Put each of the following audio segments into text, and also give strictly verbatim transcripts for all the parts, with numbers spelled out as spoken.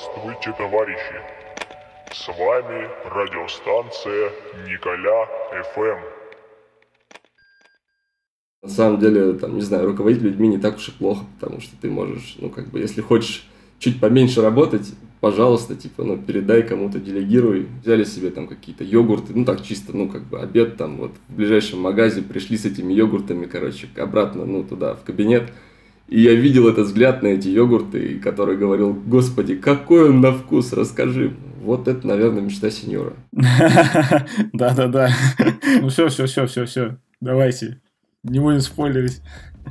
Здравствуйте, товарищи! С вами радиостанция Николя эф эм. На самом деле, там, не знаю, руководить людьми не так уж и плохо, потому что ты можешь, ну, как бы, если хочешь чуть поменьше работать, пожалуйста, типа, ну, передай кому-то, делегируй. Взяли себе там какие-то йогурты, ну, так чисто, ну, как бы, обед там, вот, в ближайшем магазе, пришли с этими йогуртами, короче, обратно, ну, туда, в кабинет. И я видел этот взгляд на эти йогурты, который говорил: господи, какой он на вкус, расскажи. Вот это, наверное, мечта сеньора. Да-да-да. Ну все, все, все, все, все. Давайте. Не будем спойлерить.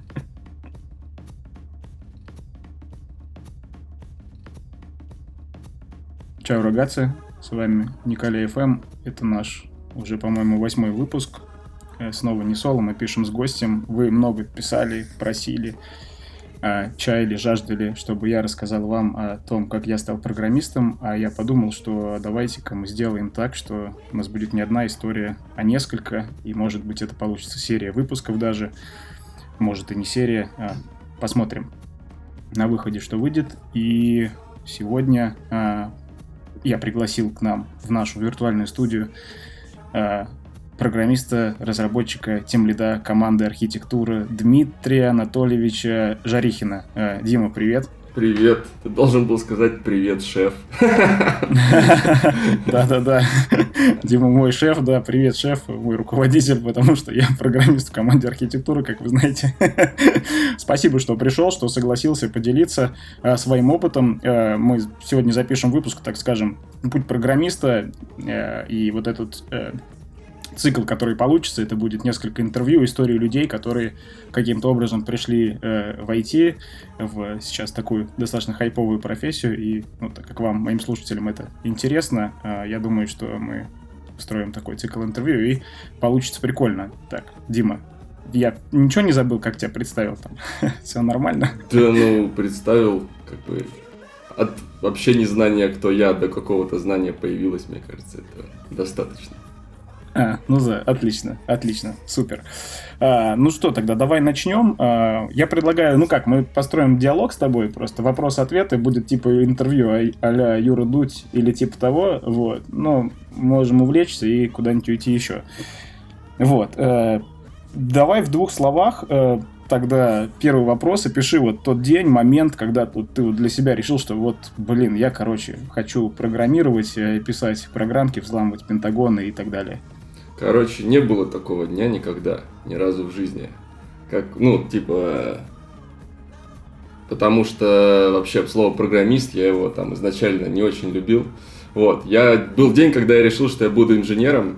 Чао, рогатцы. С вами Николя эф эм. Это наш уже, по-моему, восьмой выпуск. Э, Снова не соло, мы пишем с гостем. Вы много писали, просили, а, чаяли, жаждали, чтобы я рассказал вам о том, как я стал программистом. А я подумал, что давайте-ка мы сделаем так, что у нас будет не одна история, а несколько. И, может быть, это получится серия выпусков даже. Может, и не серия. А, Посмотрим на выходе, что выйдет. И сегодня а, я пригласил к нам в нашу виртуальную студию а, программиста, разработчика, тимлида команды архитектуры Дмитрия Анатольевича Жарихина. А, Дима, привет. Привет. Ты должен был сказать привет, шеф. Да-да-да. Дима мой шеф, да, привет, шеф, мой руководитель, потому что я программист в команде архитектуры, как вы знаете. Спасибо, что пришел, что согласился поделиться э, своим опытом. Э, мы сегодня запишем выпуск, так скажем, «Путь программиста», э, и вот этот э, цикл, который получится, это будет несколько интервью, истории людей, которые каким-то образом пришли э, в ай ти, в сейчас такую достаточно хайповую профессию, и, ну, так как вам, моим слушателям, это интересно, э, я думаю, что мы строим такой цикл интервью, и получится прикольно. Так, Дима, я ничего не забыл, как тебя представил там? Все нормально? Да, ну, представил, как бы, от вообще незнания, кто я, до какого-то знания появилось, мне кажется, это достаточно. А, ну да, отлично, отлично, супер. А, ну что, тогда давай начнем. А, я предлагаю, ну как, мы построим диалог с тобой, просто вопрос-ответ, и будет типа интервью а- а-ля Юра Дудь или типа того, вот. Но можем увлечься и куда-нибудь уйти еще. Вот. А, давай в двух словах а, тогда первый вопрос, опиши вот тот день, момент, когда тут ты вот для себя решил, что вот, блин, я, короче, хочу программировать, э, писать программки, взламывать пентагоны и так далее. Короче, не было такого дня никогда, ни разу в жизни. Как, ну, типа, потому что вообще слово программист, я его там изначально не очень любил. Вот, я, был день, когда я решил, что я буду инженером.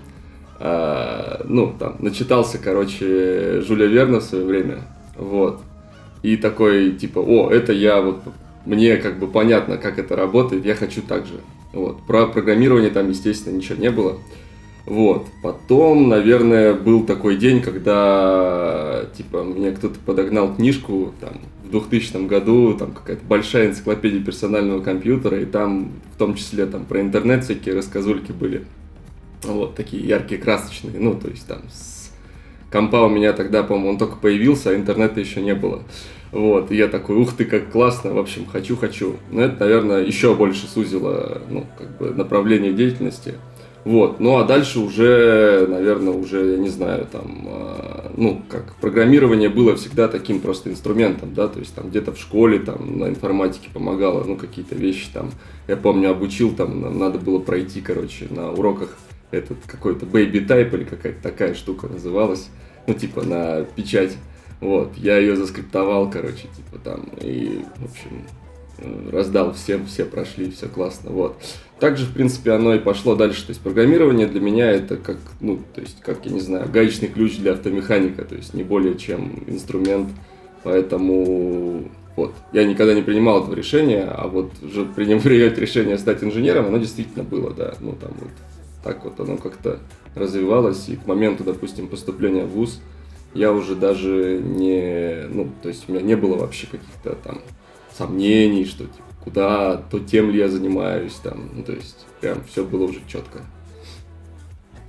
А, ну, там, начитался, короче, Жюля Верна в свое время. Вот. И такой, типа, о, это я вот, мне как бы понятно, как это работает, я хочу так же. Вот. Про программирование там, естественно, ничего не было. Вот. Потом, наверное, был такой день, когда, типа, мне кто-то подогнал книжку, там, в двухтысячном году, там, какая-то большая энциклопедия персонального компьютера, и там, в том числе, там, про интернет всякие рассказульки были. Вот, такие яркие, красочные, ну, то есть, там, с компа у меня тогда, по-моему, он только появился, а интернета еще не было. Вот, и я такой, ух ты, как классно, в общем, хочу-хочу. Но это, наверное, еще больше сузило, ну, как бы, направление деятельности. Вот, ну а дальше уже, наверное, уже, я не знаю, там, э, ну, как программирование было всегда таким просто инструментом, да, то есть там где-то в школе, там, на информатике помогало, ну, какие-то вещи там, я помню, обучил, там, нам надо было пройти, короче, на уроках этот какой-то baby type или какая-то такая штука называлась, ну, типа на печать, вот, я ее заскриптовал, короче, типа там, и, в общем, раздал всем, все прошли, все классно, вот. Также, в принципе, оно и пошло дальше. То есть программирование для меня это как, ну, то есть, как, я не знаю, гаечный ключ для автомеханика, то есть не более чем инструмент. Поэтому вот, я никогда не принимал этого решения, а вот уже принять решение стать инженером, оно действительно было, да. Ну, там вот так вот оно как-то развивалось, и к моменту, допустим, поступления в вуз я уже даже не, ну, то есть у меня не было вообще каких-то там сомнений, что типа, куда, то тем ли я занимаюсь, там, ну, то есть, прям все было уже четко.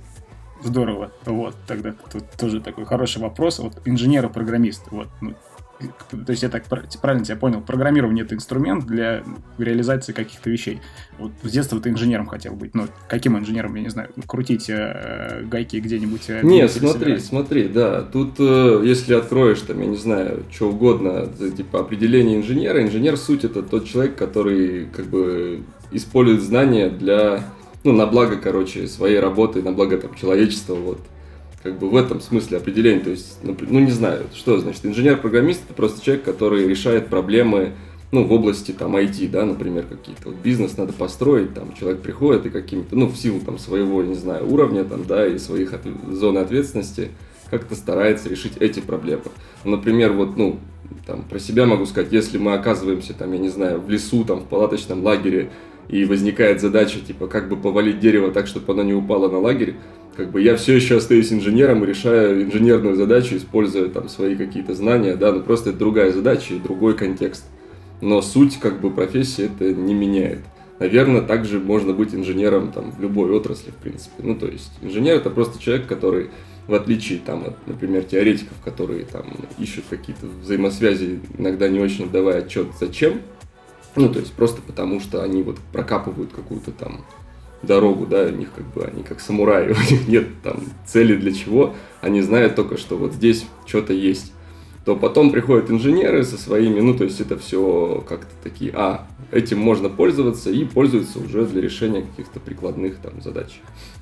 Здорово. Вот, тогда тут тоже такой хороший вопрос. Вот инженер и программист. Вот, ну, То есть я так правильно тебя понял, программирование — это инструмент для реализации каких-то вещей. Вот с детства ты инженером хотел быть. Ну, каким инженером, я не знаю, крутить э, гайки где-нибудь? Э, Нет, смотри, собирать. смотри, да. Тут, э, если откроешь, там, я не знаю, что угодно, типа определение инженера, инженер суть — это тот человек, который как бы использует знания для, ну, на благо, короче, своей работы, на благо там человечества, вот. Как бы в этом смысле определение, то есть, ну, не знаю, что значит, инженер-программист — это просто человек, который решает проблемы, ну, в области, там, ай ти, да, например, какие-то, вот бизнес надо построить, там, человек приходит и какими-то, ну, в силу, там, своего, не знаю, уровня, там, да, и своих от... зон ответственности как-то старается решить эти проблемы. Например, вот, ну, там, про себя могу сказать, если мы оказываемся, там, я не знаю, в лесу, там, в палаточном лагере, и возникает задача, типа, как бы повалить дерево так, чтобы оно не упало на лагерь, как бы я все еще остаюсь инженером и решаю инженерную задачу, используя там свои какие-то знания, да, но просто это другая задача и другой контекст. Но суть как бы профессии это не меняет. Наверное, также можно быть инженером там в любой отрасли, в принципе. Ну, то есть инженер — это просто человек, который, в отличие там от, например, теоретиков, которые там ищут какие-то взаимосвязи, иногда не очень отдавая отчет зачем, ну, то есть просто потому, что они вот прокапывают какую-то там дорогу, да, у них как бы, они как самураи, у них нет там цели для чего, они знают только, что вот здесь что-то есть. То потом приходят инженеры со своими, ну, то есть это все как-то такие, а, этим можно пользоваться, и пользуются уже для решения каких-то прикладных там задач.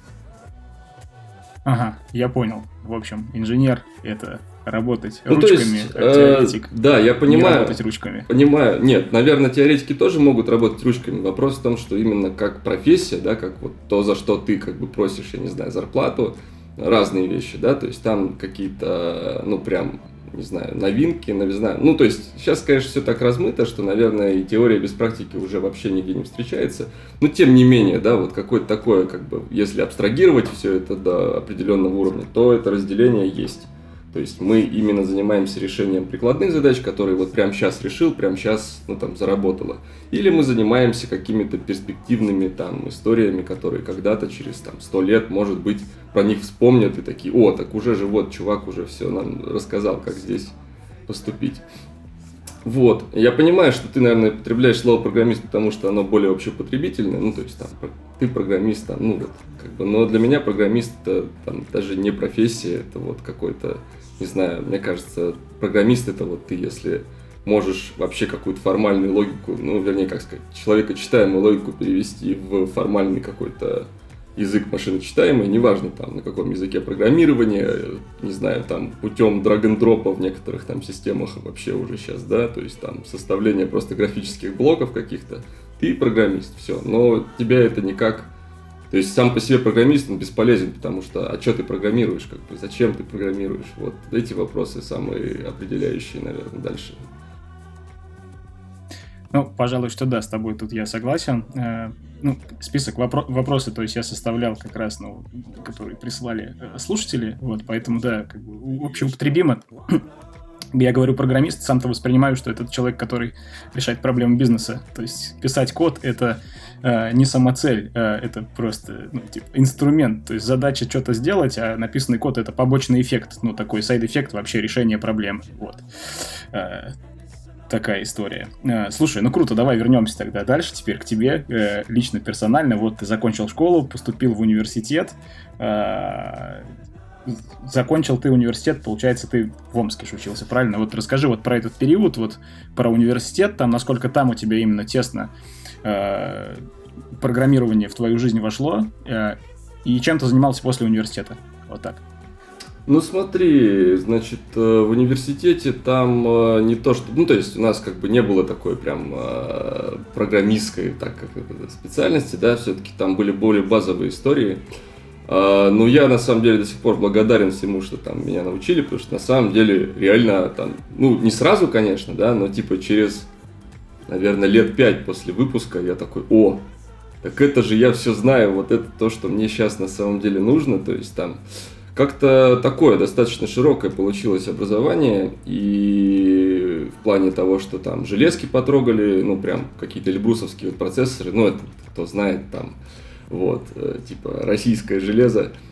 Ага, я понял. В общем, инженер — это работать ну, ручками, есть, как теоретик. Э, да, я понимаю. Не работать ручками. Понимаю. Нет, наверное, теоретики тоже могут работать ручками. Вопрос в том, что именно как профессия, да, как вот то, за что ты как бы просишь, я не знаю, зарплату, разные вещи, да, то есть там какие-то, ну, прям, не знаю, новинки, новизна. Ну, то есть сейчас, конечно, все так размыто, что, наверное, и теория без практики уже вообще нигде не встречается. Но, тем не менее, да, вот какое-то такое, как бы, если абстрагировать все это до определенного уровня, то это разделение есть. То есть мы именно занимаемся решением прикладных задач, которые вот прямо сейчас решил, прямо сейчас, ну, там, заработало. Или мы занимаемся какими-то перспективными там историями, которые когда-то через там сто лет, может быть, про них вспомнят и такие: о, так уже же вот чувак уже все нам рассказал, как здесь поступить. Вот. Я понимаю, что ты, наверное, употребляешь слово программист, потому что оно более общепотребительное, ну, то есть там ты программист, там, ну, вот, как бы, но для меня программист это там даже не профессия, это вот какой-то, не знаю, мне кажется, программист — это вот ты, если можешь вообще какую-то формальную логику, ну, вернее, как сказать, человекочитаемую логику перевести в формальный какой-то язык машиночитаемый, неважно там на каком языке программирования, не знаю, там путем драг-н-дропа в некоторых там системах вообще уже сейчас, да, то есть там составление просто графических блоков каких-то, ты программист, все, но тебя это никак, то есть сам по себе программист, он бесполезен, потому что, а что ты программируешь, как бы, зачем ты программируешь, вот эти вопросы самые определяющие, наверное, дальше. Ну, пожалуй, что да, с тобой тут я согласен. Э, ну, список вопро- вопросов, то есть я составлял как раз, ну, которые присылали э, слушатели, вот, поэтому, да, как бы общеупотребимо. Я говорю программист, сам-то воспринимаю, что это человек, который решает проблемы бизнеса. То есть писать код — это э, не самоцель, э, это просто, ну, типа, инструмент. То есть задача что-то сделать, а написанный код — это побочный эффект, ну, такой сайд-эффект вообще решения проблемы. Вот. Э, Такая история. Слушай, ну круто, давай вернемся тогда дальше, теперь к тебе, лично, персонально. Вот ты закончил школу, поступил в университет. Закончил ты университет, получается, ты в Омске же учился, правильно? Вот расскажи вот про этот период, вот про университет, там, насколько там у тебя именно тесно программирование в твою жизнь вошло, и чем ты занимался после университета? Вот так. Ну смотри, значит, в университете там не то, что... Ну, то есть у нас как бы не было такой прям программистской, так как это, специальности, да, все-таки там были более базовые истории. Но я на самом деле до сих пор благодарен всему, что там меня научили, потому что на самом деле реально там, ну, не сразу, конечно, да, но типа через, наверное, лет пять после выпуска я такой: о, так это же я все знаю, вот это то, что мне сейчас на самом деле нужно, то есть там... Как-то такое достаточно широкое получилось образование, и в плане того, что там железки потрогали, ну прям какие-то эльбрусовские вот процессоры, ну это кто знает там, вот, типа российское железо,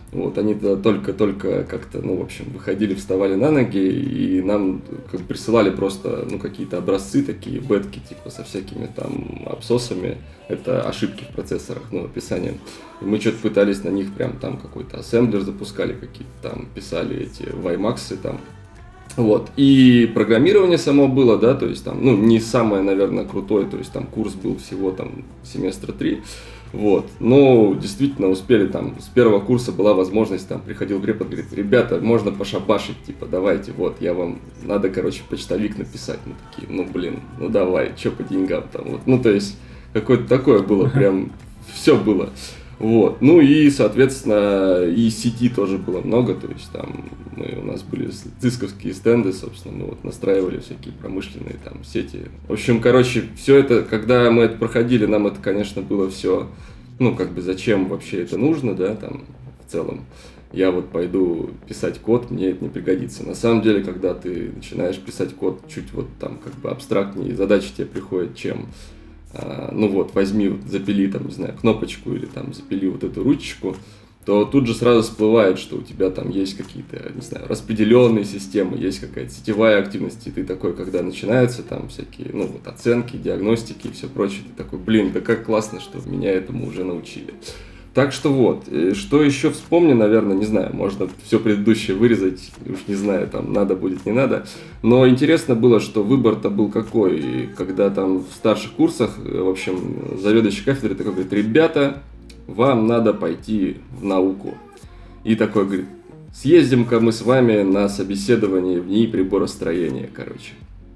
Вот, они тогда только-только как-то, ну, в общем, выходили, вставали на ноги, и нам как бы присылали просто, ну, какие-то образцы такие, бетки, типа, со всякими там абсосами, это ошибки в процессорах, ну, описанием. И мы что-то пытались на них прям там какой-то ассемблер запускали, какие-то там писали эти ваймаксы там. Вот, и программирование само было, да, то есть там, ну, не самое, наверное, крутое, то есть там курс был всего там семестра три. Вот, но действительно успели там, с первого курса была возможность, там, приходил препод, говорит, ребята, можно пошабашить, типа, давайте, вот, я вам, надо, короче, почтовик написать, мы такие, ну, блин, ну, давай, что по деньгам там, вот, ну, то есть, какое-то такое было, прям, все было, вот, ну, и, соответственно, и сети тоже было много, то есть, там, мы, у нас были цисковские стенды, собственно, мы вот настраивали всякие промышленные там сети. В общем, короче, все это, когда мы это проходили, нам это, конечно, было все, ну, как бы, зачем вообще это нужно, да, там, в целом. Я вот пойду писать код, мне это не пригодится. На самом деле, когда ты начинаешь писать код чуть вот там, как бы, абстрактнее, задачи тебе приходят, чем, а, ну вот, возьми, запили там, не знаю, кнопочку или там запили вот эту ручечку, то тут же сразу всплывает, что у тебя там есть какие-то, не знаю, распределенные системы, есть какая-то сетевая активность, и ты такой, когда начинаются там всякие, ну, вот оценки, диагностики и все прочее, ты такой, блин, да как классно, что меня этому уже научили. Так что вот, что еще вспомню, наверное, не знаю, можно все предыдущее вырезать, уж не знаю, там, надо будет, не надо, но интересно было, что выбор-то был какой, и когда там в старших курсах, в общем, заведующий кафедрой такой говорит, ребята, вам надо пойти в науку. И такой говорит, съездим-ка мы с вами на собеседование в НИИ приборостроения, короче.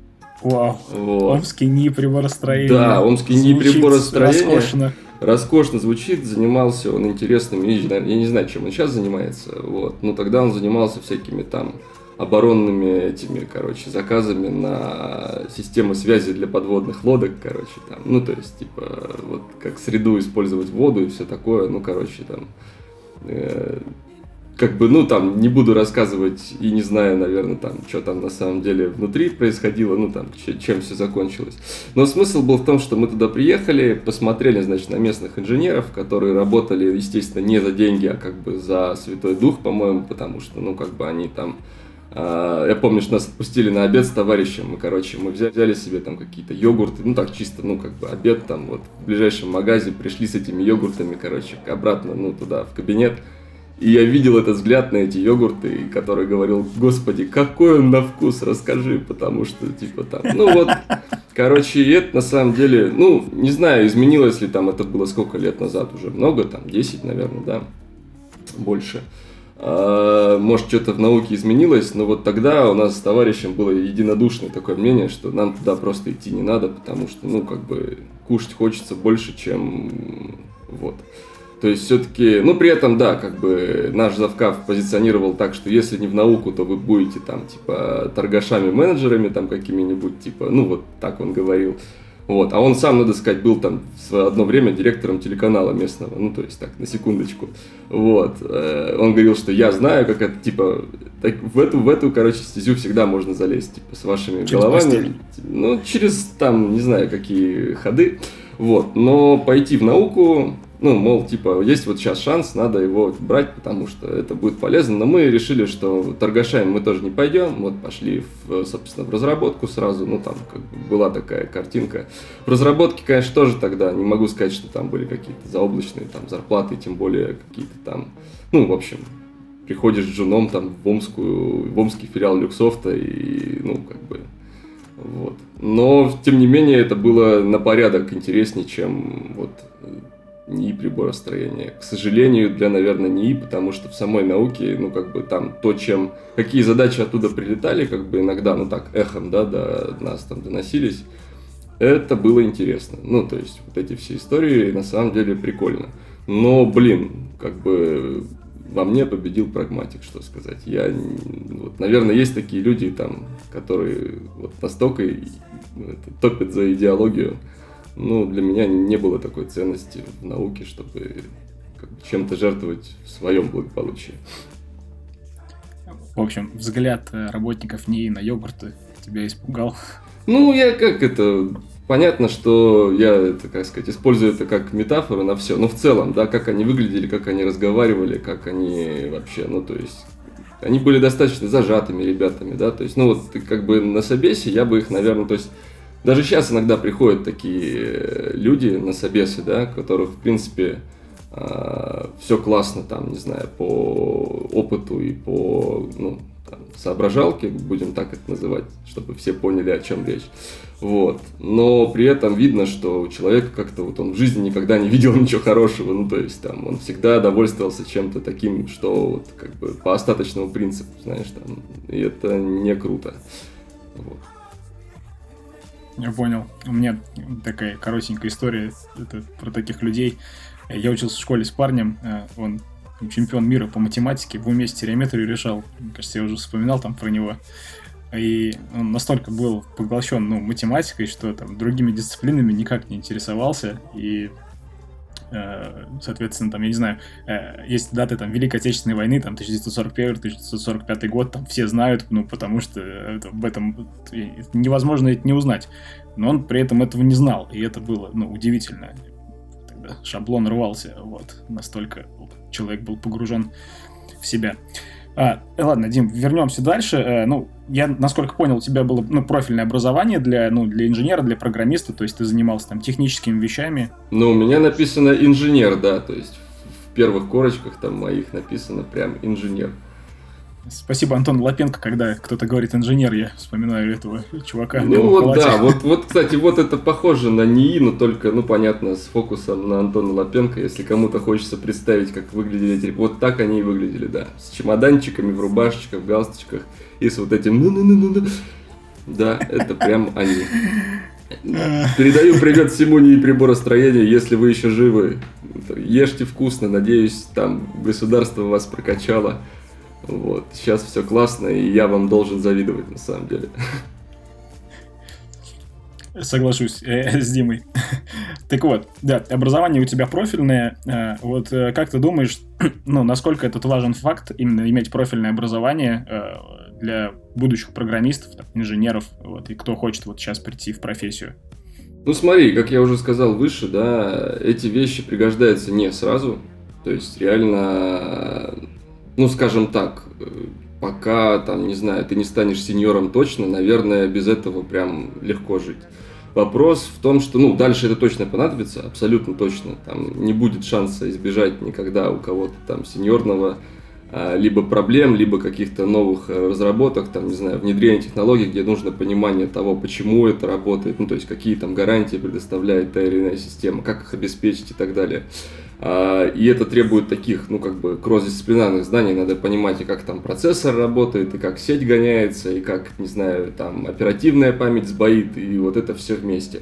Вау, вот. Омский НИИ приборостроения. Да, Омский НИИ приборостроения. Роскошно. Роскошно звучит, занимался он интересным, я не знаю, чем он сейчас занимается, вот. Но тогда он занимался всякими там оборонными этими, короче, заказами на системы связи для подводных лодок, короче, там, ну, то есть, типа, вот, как среду использовать воду и все такое, ну, короче, там, э, как бы, ну, там, не буду рассказывать и не знаю, наверное, там, что там на самом деле внутри происходило, ну, там, чем все закончилось. Но смысл был в том, что мы туда приехали, посмотрели, значит, на местных инженеров, которые работали, естественно, не за деньги, а как бы за Святой Дух, по-моему, потому что, ну, как бы они там... Я помню, что нас отпустили на обед с товарищем, мы, короче, мы взяли, взяли себе там какие-то йогурты, ну так чисто, ну как бы обед там вот в ближайшем магазе, пришли с этими йогуртами, короче, обратно, ну туда, в кабинет, и я видел этот взгляд на эти йогурты, который говорил, господи, какой он на вкус, расскажи, потому что, типа там, ну вот, короче, и это на самом деле, ну, не знаю, изменилось ли там, это было сколько лет назад уже, много, там, десять, наверное, да, больше. Может, что-то в науке изменилось, но вот тогда у нас с товарищем было единодушное такое мнение, что нам туда просто идти не надо, потому что, ну, как бы, кушать хочется больше, чем вот. То есть, все-таки, ну, при этом, да, как бы, наш завкав позиционировал так, что если не в науку, то вы будете там, типа, торгашами-менеджерами там какими-нибудь, типа, ну, вот так он говорил. Вот. А он сам, надо сказать, был там в одно время директором телеканала местного, ну, то есть так, на секундочку. Вот. Он говорил, что я знаю, как это, типа, так, в эту, в эту, короче, стезю всегда можно залезть, типа, с вашими через головами. Постель. Ну, через, там, не знаю, какие ходы. Вот. Но пойти в науку, ну, мол, типа, есть вот сейчас шанс, надо его брать, потому что это будет полезно. Но мы решили, что торгашами мы тоже не пойдем. Вот пошли, в, собственно, в разработку сразу. Ну, там как бы была такая картинка. В разработке, конечно, тоже тогда не могу сказать, что там были какие-то заоблачные там зарплаты, тем более какие-то там, ну, в общем, приходишь джуном там в омскую, в омский филиал Люксофта и, ну, как бы, вот. Но, тем не менее, это было на порядок интереснее, чем вот НИИ приборостроения. К сожалению, для, наверное, НИИ, потому что в самой науке, ну, как бы там то, чем, какие задачи оттуда прилетали, как бы иногда, ну, так, эхом, да, до нас там доносились, это было интересно. Ну, то есть, вот эти все истории, на самом деле, прикольно. Но, блин, как бы во мне победил прагматик, что сказать. Я, вот, наверное, есть такие люди, там, которые вот настолько это, топят за идеологию. Ну, для меня не было такой ценности в науке, чтобы как бы, чем-то жертвовать в своем благополучии. В общем, взгляд работников НИИ на йогурты тебя испугал? Ну, я как это... понятно, что я, это, как сказать, использую это как метафору на все, но в целом, да, как они выглядели, как они разговаривали, как они вообще, ну, то есть, они были достаточно зажатыми ребятами, да, то есть, ну, вот, как бы на собесе я бы их, наверное, то есть, даже сейчас иногда приходят такие люди на собесы, да, у которых, в принципе, все классно, там, не знаю, по опыту и по, ну, там, соображалке, будем так это называть, чтобы все поняли, о чем речь. Вот. Но при этом видно, что у человека как-то вот он в жизни никогда не видел ничего хорошего, ну, то есть, там, он всегда довольствовался чем-то таким, что вот, как бы, по остаточному принципу, знаешь, там, и это не круто. Вот. Я понял. У меня такая коротенькая история это про таких людей. Я учился в школе с парнем, он чемпион мира по математике, в уме стереометрию решал. Мне кажется, я уже вспоминал там про него. И он настолько был поглощен, ну, математикой, что там другими дисциплинами никак не интересовался. И, э, соответственно, там, я не знаю, э, есть даты там Великой Отечественной войны, там тысяча девятьсот сорок первый - тысяча девятьсот сорок пятый год, там все знают, ну, потому что это, об этом невозможно это не узнать. Но он при этом этого не знал, и это было, ну, удивительно. Тогда шаблон рвался, вот, настолько человек был погружен в себя. А, ладно, Дим, вернемся дальше. А, ну, я, насколько понял, у тебя было, ну, профильное образование для, ну, для инженера, для программиста, то есть ты занимался там техническими вещами. Ну, у меня написано инженер, да, то есть в первых корочках там моих написано прям инженер. Спасибо, Антон Лапенко, когда кто-то говорит инженер, я вспоминаю этого чувака. Ну вот да, вот, вот, кстати, вот это похоже на НИИ, но только, ну понятно, с фокусом на Антона Лапенко, если кому-то хочется представить, как выглядели эти, вот так они и выглядели, да, с чемоданчиками, в рубашечках, в галстучках и с вот этим ну-ну-ну-ну-ну, да, это прям они. Передаю привет всему НИИ приборостроения, если вы еще живы, ешьте вкусно, надеюсь, там государство вас прокачало. Вот, сейчас все классно, и я вам должен завидовать, на самом деле. Соглашусь э, с Димой. Так вот, да, образование у тебя профильное. Э, вот э, как ты думаешь, ну, насколько этот важен факт, именно иметь профильное образование э, для будущих программистов, там, инженеров, вот, и кто хочет вот сейчас прийти в профессию? Ну, смотри, как я уже сказал выше, да, эти вещи пригождаются не сразу. То есть, реально... Ну, скажем так, пока, там, не знаю, ты не станешь сеньором точно, наверное, без этого прям легко жить. Вопрос в том, что, ну, дальше это точно понадобится, абсолютно точно. Там не будет шанса избежать никогда у кого-то там сеньорного а, либо проблем, либо каких-то новых разработок, там, не знаю, внедрения технологий, где нужно понимание того, почему это работает, ну, то есть какие там гарантии предоставляет та или иная система, как их обеспечить и так далее. И это требует таких, ну, как бы, кросс-дисциплинарных знаний. Надо понимать, и как там процессор работает, и как сеть гоняется, и как, не знаю, там, оперативная память сбоит, и вот это все вместе.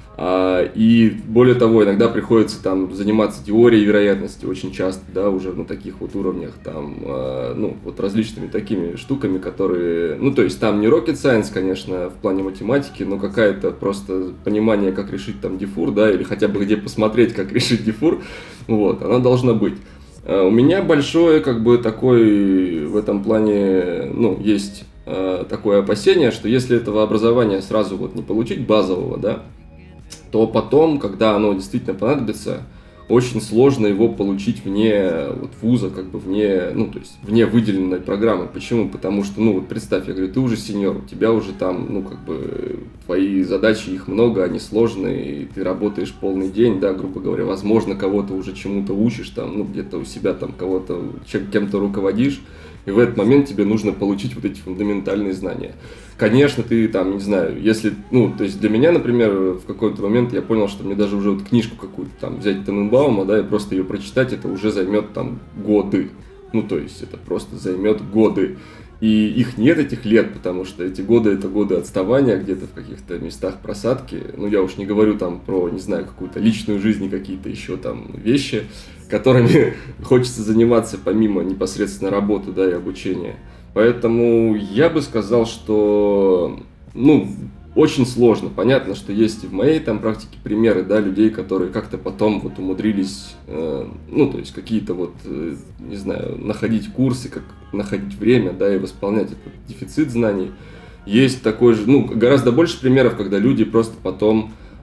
И более того, иногда приходится там заниматься теорией вероятности очень часто, да, уже на таких вот уровнях, там, ну, вот различными такими штуками, которые, ну, то есть там не rocket science, конечно, в плане математики, но какая-то просто понимание, как решить там диффур, да, или хотя бы где посмотреть, как решить диффур, вот, она должна быть. У меня большое, как бы, такой в этом плане, ну, есть такое опасение, что если этого образования сразу вот не получить, базового, да, то потом, когда оно действительно понадобится, очень сложно его получить вне вот, вуза, как бы вне, ну, то есть вне выделенной программы. Почему? Потому что, ну, вот представь, я говорю, ты уже сеньор, у тебя уже там, ну, как бы, твои задачи, их много, они сложные, и ты работаешь полный день, да, грубо говоря, возможно, кого-то уже чему-то учишь, там, ну, где-то у себя там кого-то, кем-то руководишь, и в этот момент тебе нужно получить вот эти фундаментальные знания. Конечно, ты там, не знаю, если, ну, то есть для меня, например, в какой-то момент я понял, что мне даже уже вот книжку какую-то там взять Тененбаума, да, и просто ее прочитать, это уже займет там годы. Ну, то есть это просто займет годы. И их нет, этих лет, потому что эти годы — это годы отставания где-то в каких-то местах просадки. Ну, я уж не говорю там про, не знаю, какую-то личную жизнь и какие-то еще там вещи, которыми хочется заниматься помимо непосредственно работы, да, и обучения. Поэтому я бы сказал, что, ну, очень сложно. Понятно, что есть и в моей там практике примеры, да, людей, которые как-то потом вот умудрились, э, ну, то есть какие-то вот, э, не знаю, находить курсы, как находить время, да, и восполнять этот дефицит знаний. Есть такой же, ну, гораздо больше примеров, когда люди просто потом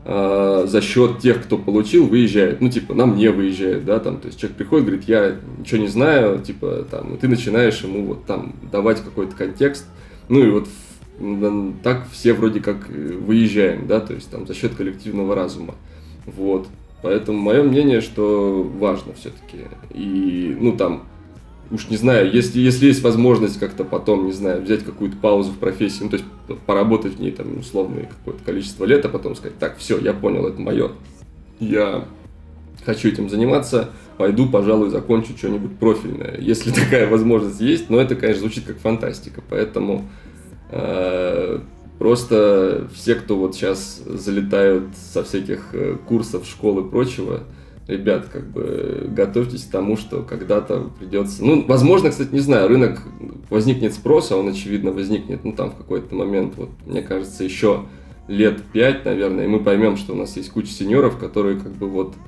э, за счет тех, кто получил, выезжает. Ну, типа, на мне выезжает, да, там, то есть человек приходит, говорит, я ничего не знаю, типа, там, и ты начинаешь ему вот там давать какой-то контекст, ну, и вот так все вроде как выезжаем, да, то есть там за счет коллективного разума, вот. Поэтому мое мнение, что важно все-таки. И, ну, там, уж не знаю, если, если есть возможность как-то потом, не знаю, взять какую-то паузу в профессии, ну, то есть поработать в ней, там, условное какое-то количество лет, а потом сказать, так, все, я понял, это мое. Я хочу этим заниматься, пойду, пожалуй, закончу что-нибудь профильное, если такая возможность есть. Но это, конечно, звучит как фантастика, поэтому... Просто все, кто вот сейчас залетают со всяких курсов, школ и прочего, ребят, как бы готовьтесь к тому, что когда-то придется... Ну, возможно, кстати, не знаю, рынок возникнет спрос, а он, очевидно, возникнет, ну, там, в какой-то момент, вот, мне кажется, еще лет пять, наверное, и мы поймем, что у нас есть куча сеньоров, которые, как бы, вот,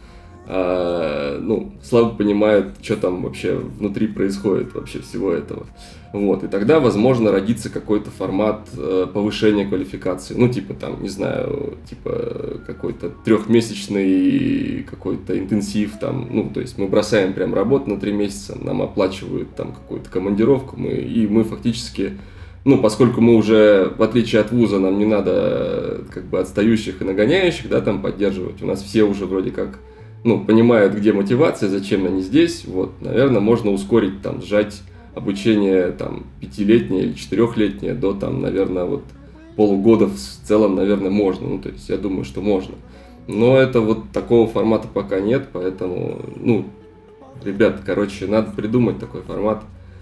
а, ну, слабо понимают, что там вообще внутри происходит, вообще всего этого. Вот, и тогда, возможно, родится какой-то формат э, повышения квалификации. Ну, типа, там, не знаю, типа, какой-то трехмесячный какой-то интенсив, там, ну, то есть мы бросаем прям работу на три месяца, нам оплачивают там какую-то командировку, мы, и мы фактически, ну, поскольку мы уже, в отличие от вуза, нам не надо, как бы, отстающих и нагоняющих, да, там, поддерживать, у нас все уже вроде как, ну, понимают, где мотивация, зачем они здесь, вот, наверное, можно ускорить, там, сжать обучение там пятилетнее или четырехлетнее до там, наверное, вот полугода в целом, наверное, можно. Ну, то есть я думаю, что можно. Но это вот такого формата пока нет, поэтому, ну, ребят, короче, надо придумать такой формат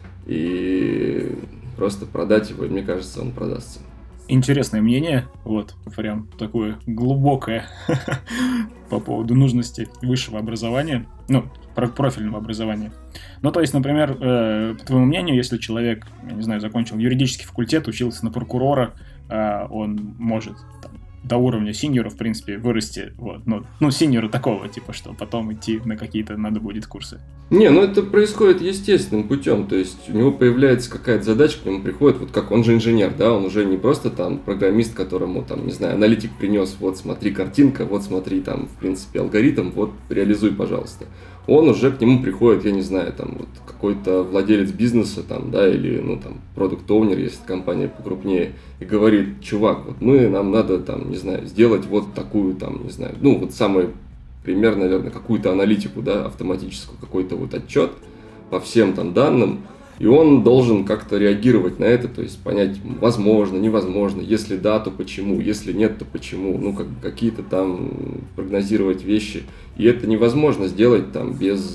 и просто продать его, и мне кажется, он продастся. Интересное мнение, вот, прям такое глубокое по поводу нужности высшего образования, ну, профильного образования. Ну, то есть, например, э, по твоему мнению, если человек, я не знаю, закончил юридический факультет, учился на прокурора, э, он может там, до уровня синьора, в принципе, вырасти, вот, ну, ну, синьора такого, типа, что потом идти на какие-то надо будет курсы. Не, ну это происходит естественным путем, то есть у него появляется какая-то задача, к нему приходит, вот как он же инженер, да, он уже не просто там программист, которому там, не знаю, аналитик принес, вот смотри картинка, вот смотри там, в принципе, алгоритм, вот реализуй, пожалуйста. Он уже к нему приходит, я не знаю, там вот какой-то владелец бизнеса, там, да, или, ну, там, продукт-оунер, если компания покрупнее, и говорит, чувак, вот мы, нам надо, там, не знаю, сделать вот такую, там, не знаю, ну, вот самый пример, наверное, какую-то аналитику, да, автоматическую, какой-то вот отчет по всем там данным, и он должен как-то реагировать на это, то есть понять, возможно, невозможно, если да, то почему, если нет, то почему, ну, как какие-то там прогнозировать вещи, и это невозможно сделать там без,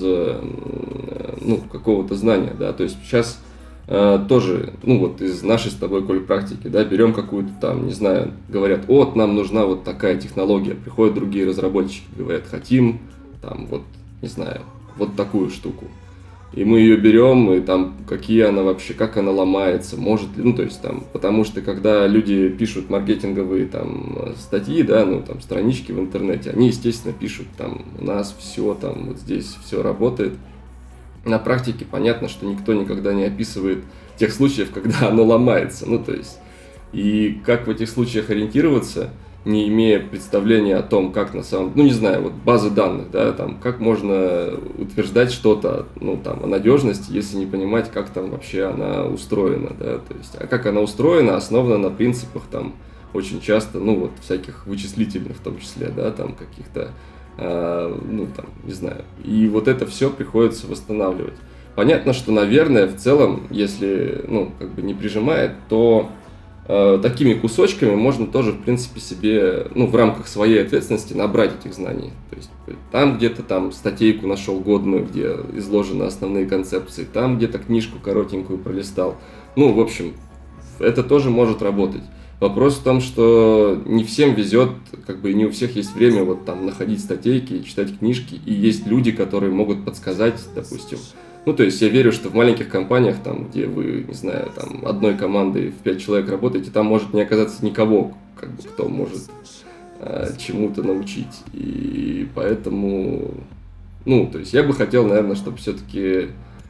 ну, какого-то знания, да, то есть сейчас э, тоже, ну, вот из нашей с тобой, Коль, практики, да, берем какую-то там, не знаю, говорят, вот, нам нужна вот такая технология, приходят другие разработчики, говорят, хотим, там, вот, не знаю, вот такую штуку. И мы ее берем, и там, какие она вообще, как она ломается, может ли, ну, то есть там, потому что когда люди пишут маркетинговые там статьи, да, ну, там, странички в интернете, они, естественно, пишут там, у нас все там, вот здесь все работает. На практике понятно, что никто никогда не описывает тех случаев, когда оно ломается, ну, то есть, и как в этих случаях ориентироваться, не имея представления о том, как на самом... Ну, не знаю, вот базы данных, да, там, как можно утверждать что-то, ну, там, о надежности, если не понимать, как там вообще она устроена, да, то есть, а как она устроена, основана на принципах, там, очень часто, ну, вот, всяких вычислительных, в том числе, да, там, каких-то, э, ну, там, не знаю, и вот это все приходится восстанавливать. Понятно, что, наверное, в целом, если, ну, как бы не прижимает, то такими кусочками можно тоже, в принципе, себе, ну, в рамках своей ответственности набрать этих знаний. То есть там где-то там статейку нашел годную, где изложены основные концепции, там где-то книжку коротенькую пролистал. Ну, в общем, это тоже может работать. Вопрос в том, что не всем везет, как бы не у всех есть время вот там находить статейки, читать книжки, и есть люди, которые могут подсказать, допустим. Ну, то есть я верю, что в маленьких компаниях, там, где вы, не знаю, там, одной командой в пять человек работаете, там может не оказаться никого, как бы, кто может э, чему-то научить. И поэтому, ну, то есть я бы хотел, наверное, чтобы все-таки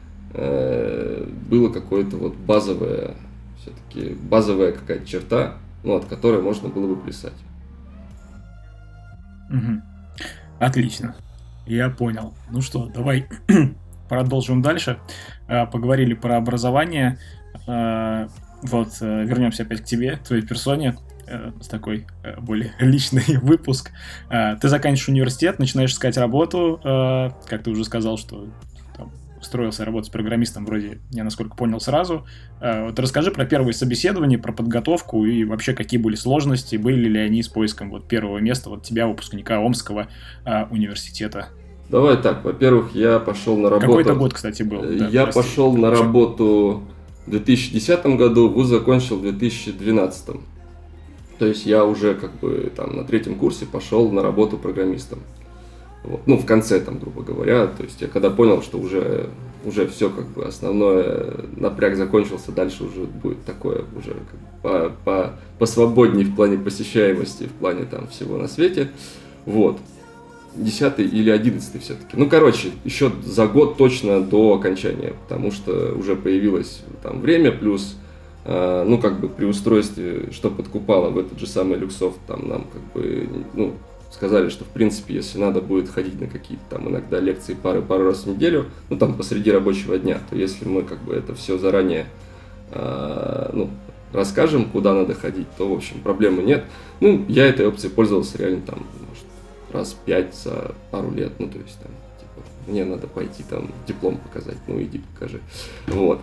э, было какое-то вот базовое, все-таки базовая какая-то черта, ну, от которой можно было бы плясать. Мгм. Отлично. Я понял. Ну что, давай продолжим дальше. А, Поговорили про образование. А, Вот, э, вернемся опять к тебе, к твоей персоне. Э, С такой э, более личный выпуск. А, Ты заканчиваешь университет, начинаешь искать работу. э, Как ты уже сказал, что там устроился работать программистом, вроде, я насколько понял, сразу. А, Вот расскажи про первые собеседования, про подготовку и вообще какие были сложности, были ли они с поиском вот первого места, вот тебя, выпускника Омского а, университета. Давай так, во-первых, я пошел на работу... Какой-то год, кстати, был. Да, Я прости, пошел на перебью. работу в две тысячи десятом году, вуз закончил в две тысячи двенадцатом. То есть я уже как бы там на третьем курсе пошел на работу программистом. Вот. Ну, в конце там, грубо говоря. То есть я когда понял, что уже, уже все как бы основное, напряг закончился, дальше уже будет такое уже как бы по, по, посвободнее в плане посещаемости, в плане там всего на свете. Вот. Десятый или одиннадцатый все-таки. Ну, короче, еще за год точно до окончания, потому что уже появилось там время, плюс, э, ну, как бы при устройстве, что подкупало в этот же самый Люксофт, там нам как бы, ну, сказали, что, в принципе, если надо будет ходить на какие-то там иногда лекции пары, пару раз в неделю, ну, там посреди рабочего дня, то если мы как бы это все заранее, э, ну, расскажем, куда надо ходить, то, в общем, проблемы нет. Ну, я этой опцией пользовался реально там, может, раз пять за пару лет, ну, то есть, там, типа, мне надо пойти там диплом показать, ну, иди покажи, вот.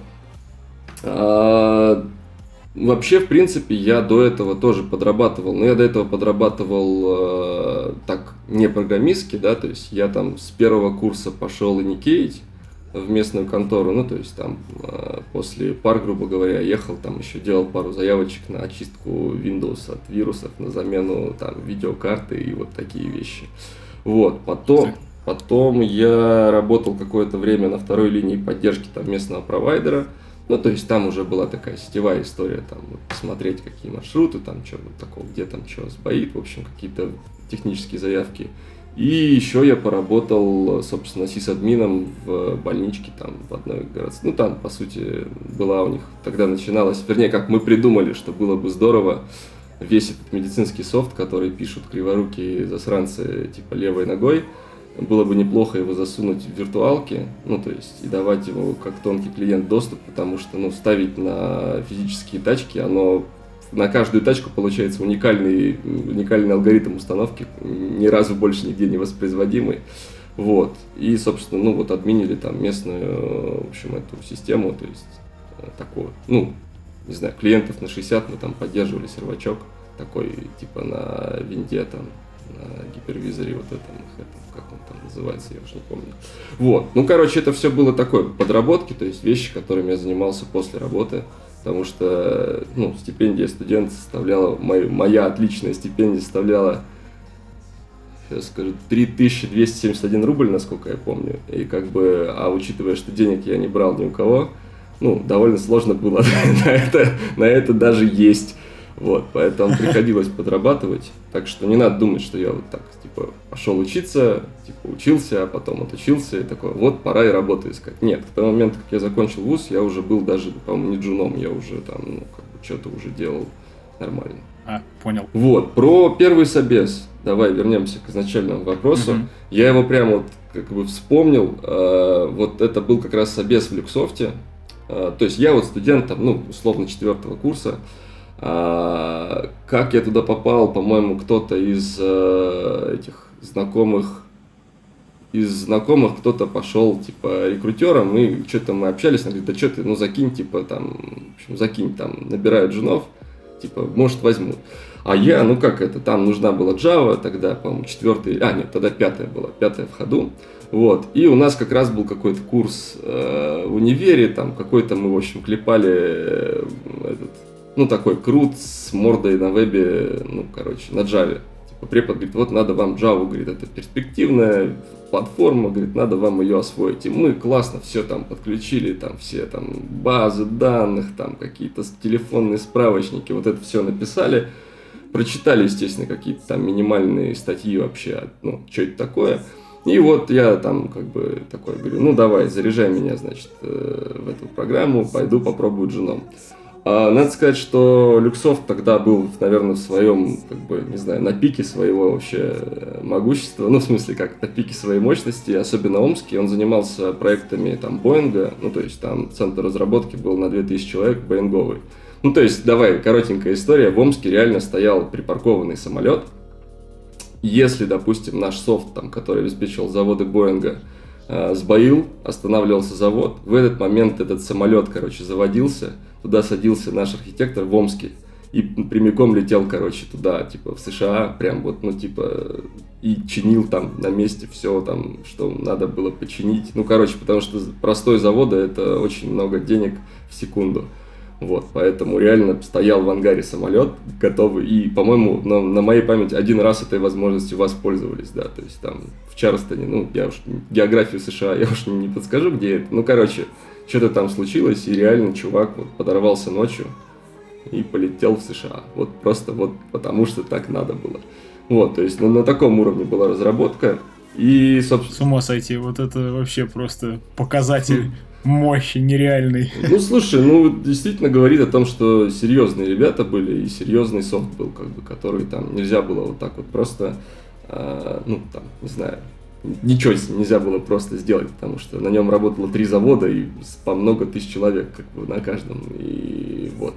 А, вообще, в принципе, я до этого тоже подрабатывал, но я до этого подрабатывал э, так, не программистски, да, то есть, я там с первого курса пошел иникеить в местную контору, ну, то есть, там, э, после пар, грубо говоря, ехал, там, еще делал пару заявочек на очистку Windows от вирусов, на замену, там, видеокарты и вот такие вещи. Вот, потом, потом я работал какое-то время на второй линии поддержки, там, местного провайдера, ну, то есть, там уже была такая сетевая история, там, вот, посмотреть, какие маршруты, там, что вот такого, где там, что сбоит, в общем, какие-то технические заявки. И еще я поработал, собственно, сисадмином в больничке там в одной городской. Ну, там, по сути, была у них, тогда начиналась, вернее, как мы придумали, что было бы здорово весь этот медицинский софт, который пишут криворукие засранцы, типа, левой ногой, было бы неплохо его засунуть в виртуалки, ну, то есть, и давать ему как тонкий клиент доступ, потому что, ну, ставить на физические тачки, оно... На каждую тачку получается уникальный, уникальный алгоритм установки, ни разу больше нигде не воспроизводимый. Вот. И, собственно, ну вот админили там местную, в общем, эту систему, то есть такого, ну, не знаю, клиентов на шестьдесят мы там поддерживали сервачок такой, типа на винде там, на гипервизоре вот этом, этом, как он там называется, я уже не помню. Вот. Ну, короче, это все было такое, подработки, то есть вещи, которыми я занимался после работы. Потому что, ну, стипендия студента составляла, моя, моя отличная стипендия составляла, сейчас скажу, три тысячи двести семьдесят один рубль, насколько я помню. И как бы, а учитывая, что денег я не брал ни у кого, ну, довольно сложно было на это, на это даже есть. Вот, поэтому приходилось подрабатывать. Так что не надо думать, что я вот так, типа, пошел учиться, типа, учился, а потом отучился, и такой, вот, пора и работу искать. Нет, к тому моменту, как я закончил вуз, я уже был даже, по-моему, не джуном, я уже там, ну, как бы, что-то уже делал нормально. А, понял. Вот, про первый собес. Давай вернемся к изначальному вопросу. Мгм. Я его прямо вот, как бы, вспомнил. Э, вот это был как раз собес в Люксофте. Э, то есть я вот студент, там, ну, условно, четвертого курса. А, как я туда попал, по-моему, кто-то из э, этих знакомых, из знакомых кто-то пошел, типа, рекрутером, и что-то мы общались, он говорит, да что ты, ну, закинь, типа, там, в общем, закинь, там, набирают джунов, типа, может, возьмут. А я, ну, как это, там нужна была Java, тогда, по-моему, четвертый, а, нет, тогда пятая была, пятая в ходу. Вот, и у нас как раз был какой-то курс э, в универе, там, какой-то мы, в общем, клепали э, этот, ну, такой крут с мордой на вебе, ну, короче, на Java. Типа препод говорит, вот надо вам Java, говорит, это перспективная платформа, говорит, надо вам ее освоить. И мы классно все там подключили, там все там базы данных, там какие-то телефонные справочники, вот это все написали. Прочитали, естественно, какие-то там минимальные статьи вообще, ну, что это такое. И вот я там как бы такой говорю, ну, давай, заряжай меня, значит, в эту программу, пойду попробую джуном. А, надо сказать, что Люксофт тогда был, наверное, в своем, как бы, не знаю, на пике своего вообще могущества, ну, в смысле, как на пике своей мощности, особенно Омский. Он занимался проектами там Боинга, ну, то есть там центр разработки был на две тысячи человек, боинговый. Ну, то есть, давай, коротенькая история. В Омске реально стоял припаркованный самолет. Если, допустим, наш софт, там, который обеспечивал заводы Боинга, э, сбоил, останавливался завод, в этот момент этот самолет, короче, заводился, туда садился наш архитектор в Омске и прямиком летел, короче, туда, типа, в США, прям вот, ну, типа, и чинил там на месте все, там, что надо было починить. Ну, короче, потому что простой завод – это очень много денег в секунду. Вот, поэтому реально стоял в ангаре самолет готовый, и, по-моему, на, на моей памяти один раз этой возможностью воспользовались, да, то есть там в Чарльстоне, ну, я уж географию США, я уж не подскажу, где это, ну, короче, что-то там случилось, и реально чувак вот подорвался ночью и полетел в США, вот просто вот потому что так надо было, вот, то есть ну, на таком уровне была разработка, и, собственно... С ума сойти, вот это вообще просто показатель мощи нереальный. Ну, слушай, ну, действительно говорит о том, что серьезные ребята были, и серьезный софт был, как бы, который там нельзя было вот так вот просто, э, ну, там, не знаю, ничего нельзя было просто сделать, потому что на нем работало три завода и по много тысяч человек, как бы, на каждом, и вот.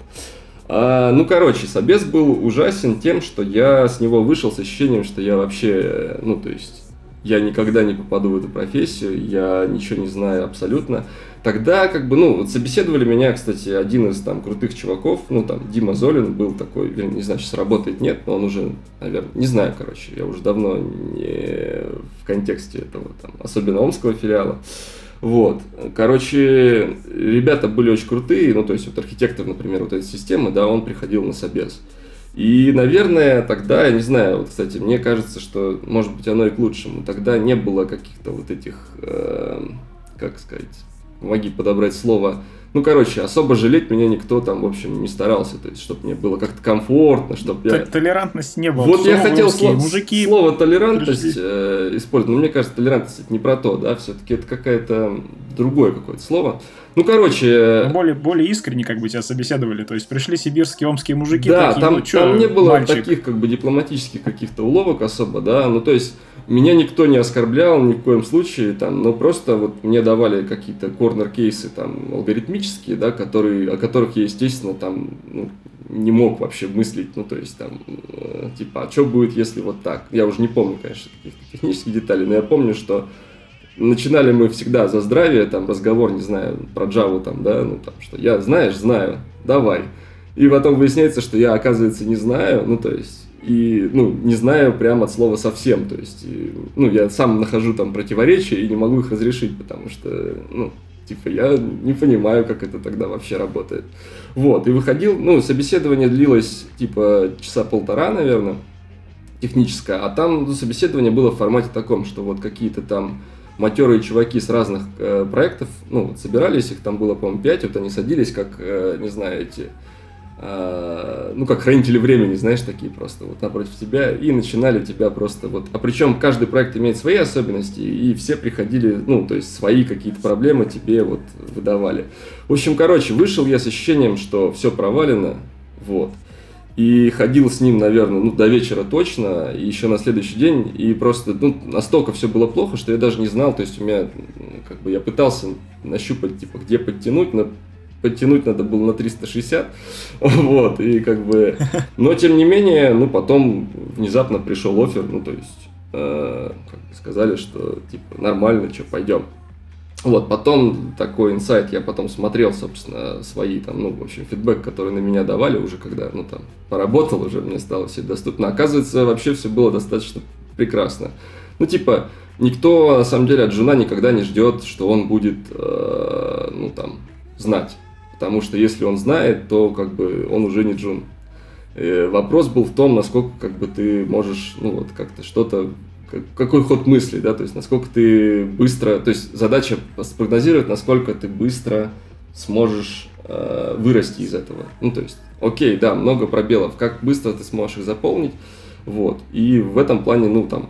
А, ну, короче, собес был ужасен тем, что я с него вышел с ощущением, что я вообще, ну, то есть, я никогда не попаду в эту профессию, я ничего не знаю абсолютно. Тогда, как бы, ну, вот собеседовали меня, кстати, один из там крутых чуваков, ну, там, Дима Золин был такой, не знаю, сейчас работает, нет, но он уже, наверное, не знаю, короче, я уже давно не в контексте этого, там, особенно омского филиала. Вот, короче, ребята были очень крутые, ну, то есть, вот архитектор, например, вот этой системы, да, он приходил на собес. И, наверное, тогда, я не знаю, вот, кстати, мне кажется, что, может быть, оно и к лучшему, тогда не было каких-то вот этих, э, как сказать, помоги подобрать слово. Ну, короче, особо жалеть меня никто там, в общем, не старался. То есть, чтобы мне было как-то комфортно, чтобы я... Толерантности не было. Вот я хотел сло... мужики слово толерантность э, использовать, но мне кажется, толерантность это не про то, да, все-таки это какое-то другое какое-то слово. Ну, короче... Но более, более искренне как бы тебя собеседовали, то есть пришли сибирские, омские мужики да, такие, там, ну чё, там не было мальчик? таких как бы дипломатических каких-то уловок особо, да, ну, то есть меня никто не оскорблял ни в коем случае, там, но просто вот мне давали какие-то корнер-кейсы там алгоритмические, да, которые, о которых я, естественно, там, ну, не мог вообще мыслить, ну, то есть там, э, типа, а что будет, если вот так? Я уже не помню, конечно, каких-то технических деталей, но я помню, что начинали мы всегда за здравие, там, разговор, не знаю, про Java, там, да, ну, там, что я, знаешь, знаю, давай. И потом выясняется, что я, оказывается, не знаю, ну, то есть, и, ну, не знаю прямо от слова совсем, то есть, и, ну, я сам нахожу там противоречия и не могу их разрешить, потому что, ну, типа, я не понимаю, как это тогда вообще работает. Вот, и выходил, ну, собеседование длилось, типа, часа полтора, наверное, техническое, а там, ну, собеседование было в формате таком, что вот какие-то там матерые чуваки с разных э, проектов, ну, вот собирались, их там было, по-моему, пять, вот они садились, как, э, не знаю, эти, э, ну, как хранители времени, знаешь, такие просто вот напротив тебя, и начинали тебя просто вот, а причем каждый проект имеет свои особенности, и все приходили, ну, то есть свои какие-то проблемы тебе вот выдавали. В общем, короче, вышел я с ощущением, что все провалено, вот. И ходил с ним, наверное, ну, до вечера точно, и еще на следующий день, и просто, ну, настолько все было плохо, что я даже не знал, то есть у меня, как бы, я пытался нащупать, типа, где подтянуть, но подтянуть надо было на триста шестьдесят, вот, и как бы, но тем не менее, ну, потом внезапно пришел оффер, ну, то есть, э, как бы сказали, что, типа, нормально, что, пойдем. Вот, потом такой инсайт, я потом смотрел, собственно, свои там, ну, в общем, фидбэк, который на меня давали уже, когда, ну, там, поработал уже, мне стало все доступно. Оказывается, вообще все было достаточно прекрасно. Ну, типа, никто, на самом деле, от джуна никогда не ждет, что он будет, э, ну, там, знать. Потому что если он знает, то, как бы, он уже не джун. И вопрос был в том, насколько, как бы, ты можешь, ну, вот, как-то что-то... Какой ход мысли, да, то есть насколько ты быстро, то есть задача спрогнозировать, насколько ты быстро сможешь э, вырасти из этого. Ну, то есть, окей, да, много пробелов, как быстро ты сможешь их заполнить, вот. И в этом плане, ну, там,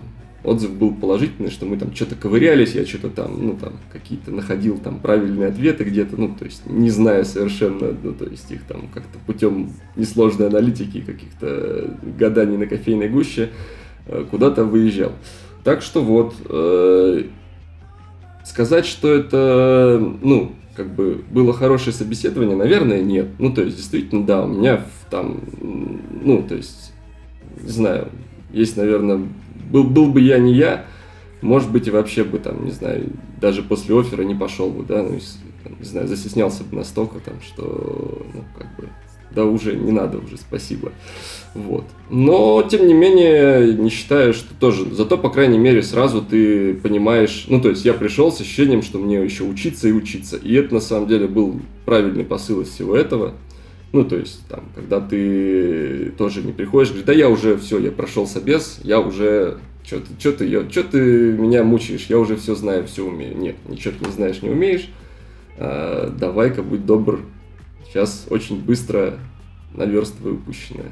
отзыв был положительный, что мы там что-то ковырялись, я что-то там, ну, там, какие-то находил там правильные ответы где-то, ну, то есть, не зная совершенно, ну, то есть, их там как-то путем несложной аналитики, каких-то гаданий на кофейной гуще куда-то выезжал. Так что вот, э, сказать, что это, ну, как бы было хорошее собеседование, наверное, нет. Ну, то есть, действительно, да, у меня там, ну, то есть, не знаю, есть, наверное, был, был бы я не я, может быть, и вообще бы там, не знаю, даже после оффера не пошел бы, да, ну, не знаю, застеснялся бы настолько там, что, ну, как бы, да уже не надо уже, спасибо. Вот. Но, тем не менее, не считаю, что тоже, зато, по крайней мере, сразу ты понимаешь, ну, то есть, я пришел с ощущением, что мне еще учиться и учиться, и это, на самом деле, был правильный посыл из всего этого. Ну, то есть, там, когда ты тоже не приходишь, говоришь, да я уже все, я прошел собес, я уже, что ты, что ты, я, что ты меня мучаешь, я уже все знаю, все умею. Нет, ничего ты не знаешь, не умеешь, а, давай-ка, будь добр, сейчас очень быстро наверстывай упущенное.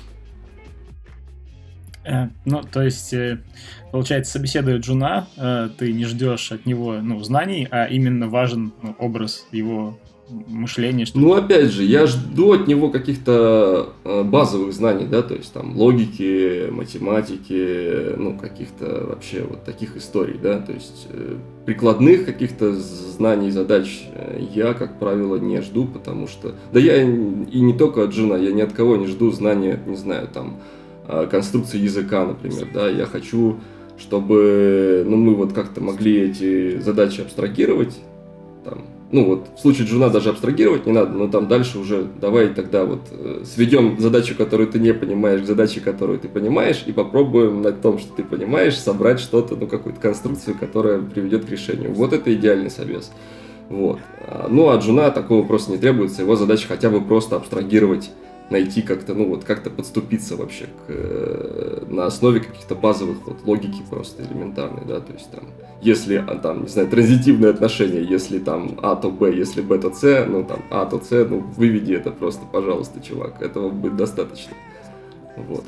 Ну, то есть, получается, собеседуя джуна, ты не ждешь от него, ну, знаний, а именно важен, ну, образ его мышления. Что ну, опять же, я жду от него каких-то базовых знаний, да, то есть там логики, математики, ну, каких-то вообще вот таких историй, да, то есть прикладных каких-то знаний, задач я, как правило, не жду, потому что, да я и не только от джуна, я ни от кого не жду знания, не знаю, там, конструкции языка, например, да, я хочу, чтобы, ну, мы вот как-то могли эти задачи абстрагировать, там, ну, вот, в случае джуна даже абстрагировать не надо, но там дальше уже давай тогда вот э, сведем задачу, которую ты не понимаешь, к задаче, которую ты понимаешь, и попробуем на том, что ты понимаешь, собрать что-то, ну, какую-то конструкцию, которая приведет к решению. Вот это идеальный собес. Вот. Ну, а джуна такого просто не требуется, его задача хотя бы просто абстрагировать, найти как-то, ну, вот, как-то подступиться вообще к, э, на основе каких-то базовых вот логики просто элементарной, да, то есть там, если, там, не знаю, транзитивные отношения, если там А, то Б, если Б, то С, ну, там, А, то С, ну, выведи это просто, пожалуйста, чувак, этого будет достаточно, вот.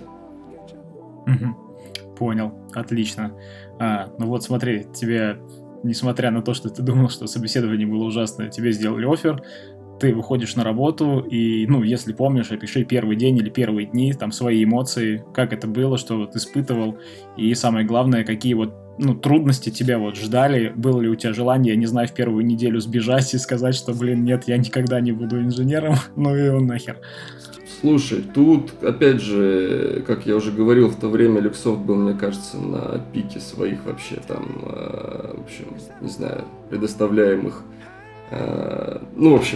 Угу. Понял, отлично. А, ну вот смотри, тебе, несмотря на то, что ты думал, что собеседование было ужасное, тебе сделали оффер, ты выходишь на работу, и, ну, если помнишь, опиши первый день или первые дни, там, свои эмоции, как это было, что вот испытывал, и самое главное, какие вот, ну, трудности тебя вот ждали, было ли у тебя желание, я не знаю, в первую неделю сбежать и сказать, что, блин, нет, я никогда не буду инженером, ну и он нахер. Слушай, тут, опять же, как я уже говорил, в то время Люксофт был, мне кажется, на пике своих вообще там, э, в общем, не знаю, предоставляемых, э, ну, в общем,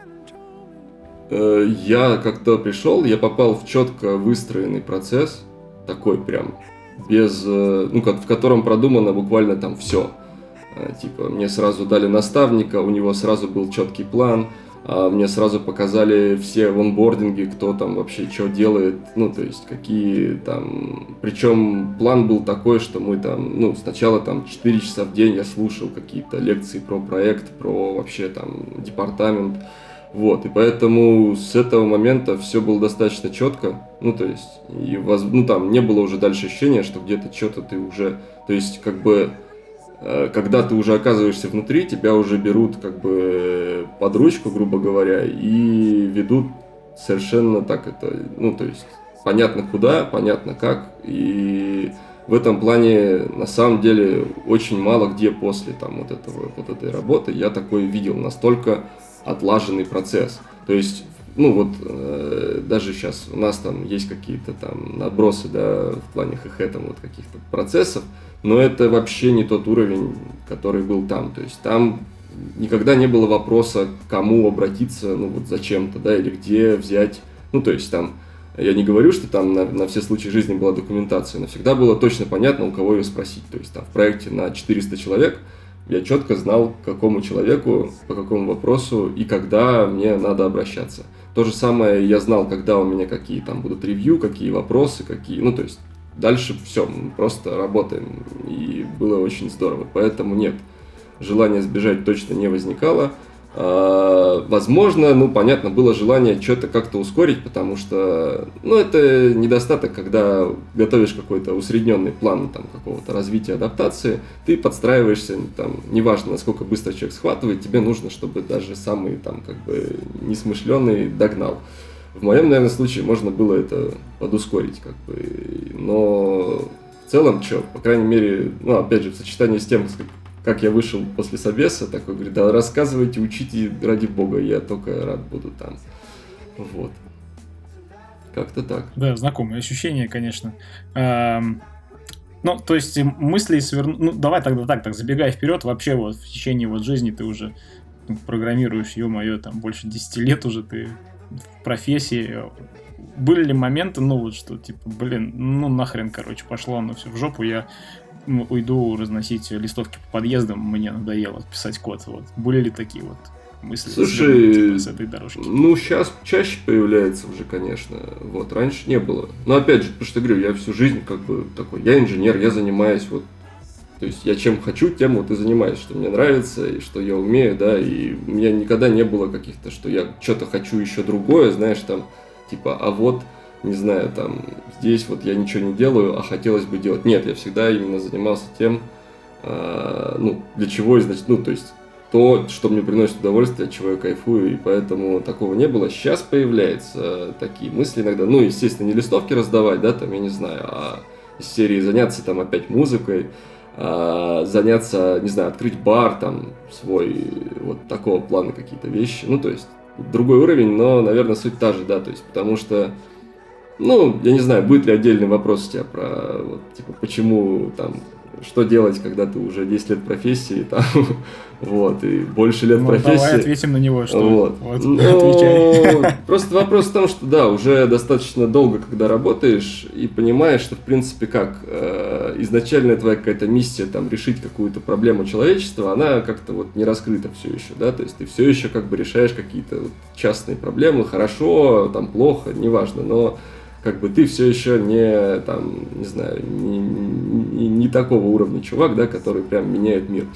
я как-то пришел, я попал в четко выстроенный процесс, такой прям, без, ну, в котором продумано буквально там все. Типа, мне сразу дали наставника, у него сразу был четкий план, мне сразу показали все онбординги, кто там вообще что делает, ну, то есть, какие там... Причем план был такой, что мы там, ну, сначала там четыре часа в день я слушал какие-то лекции про проект, про вообще там департамент. Вот, и поэтому с этого момента все было достаточно четко, ну, то есть, и, воз, ну, там не было уже дальше ощущения, что где-то что-то ты уже, то есть, как бы, э, когда ты уже оказываешься внутри, тебя уже берут, как бы, под ручку, грубо говоря, и ведут совершенно так это, ну, то есть, понятно куда, понятно как, и в этом плане, на самом деле, очень мало где после, там, вот этого, вот этой работы я такое видел, настолько отлаженный процесс. То есть, ну вот, э, даже сейчас у нас там есть какие-то там набросы, да, в плане ХХ там вот каких-то процессов, но это вообще не тот уровень, который был там. То есть там никогда не было вопроса, к кому обратиться, ну вот зачем-то, да, или где взять. Ну, то есть там, я не говорю, что там на, на все случаи жизни была документация, но всегда было точно понятно, у кого ее спросить. То есть там в проекте на четыреста человек я четко знал, к какому человеку, по какому вопросу и когда мне надо обращаться. То же самое я знал, когда у меня какие там будут ревью, какие вопросы, какие... Ну, то есть дальше все, мы просто работаем. И было очень здорово. Поэтому нет, желания сбежать точно не возникало. А, возможно, ну, понятно, было желание что-то как-то ускорить, потому что, ну, это недостаток, когда готовишь какой-то усредненный план там, какого-то развития, адаптации, ты подстраиваешься, там, неважно, насколько быстро человек схватывает, тебе нужно, чтобы даже самый, там, как бы, несмышленый догнал. В моем, наверное, случае можно было это подускорить, как бы, но в целом, что, по крайней мере, ну, опять же, в сочетании с тем, как я вышел после собеса, такой, говорит, да, рассказывайте, учите, ради бога, я только рад буду там. Вот. Как-то так. Да, знакомые ощущения, конечно. Эм, ну, то есть мысли сверну... Ну, давай тогда так, так, забегая вперед, вообще вот в течение вот жизни ты уже ну, программируешь, ё-моё, там больше десяти лет уже ты в профессии. Были ли моменты, ну, вот что, типа, блин, ну, нахрен, короче, пошло оно все в жопу, я уйду разносить листовки по подъездам, мне надоело писать код. Вот. Были ли такие вот мысли? Слушай, типа, с этой дорожки? Ну, сейчас чаще появляется уже, конечно. Вот, раньше не было. Но опять же, потому что я говорю, я всю жизнь как бы такой, я инженер, я занимаюсь вот, то есть я чем хочу, тем вот и занимаюсь, что мне нравится и что я умею, да, и у меня никогда не было каких-то, что я что-то хочу еще другое, знаешь, там, типа, а вот не знаю, там, здесь вот я ничего не делаю, а хотелось бы делать. Нет, я всегда именно занимался тем, э, ну, для чего, значит, ну, то есть, то, что мне приносит удовольствие, от чего я кайфую, и поэтому такого не было. Сейчас появляются такие мысли иногда, ну, естественно, не листовки раздавать, да, там, я не знаю, а из серии заняться там опять музыкой, а, заняться, не знаю, открыть бар, там, свой, вот такого плана какие-то вещи, ну, то есть, другой уровень, но, наверное, суть та же, да, то есть, потому что ну, я не знаю, будет ли отдельный вопрос у тебя про, вот, типа, почему, там, что делать, когда ты уже десять лет профессии, там, вот, и больше лет ну, профессии. Давай ответим на него, что вот. Вот, Но... отвечай. Просто вопрос в том, что, да, уже достаточно долго, когда работаешь, и понимаешь, что, в принципе, как э, изначальная твоя какая-то миссия, там, решить какую-то проблему человечества, она как-то вот не раскрыта все еще, да, то есть ты все еще как бы решаешь какие-то вот частные проблемы, хорошо, там, плохо, неважно, но как бы ты все еще не, там, не знаю, не, не, не такого уровня чувак, да, который прям меняет мир.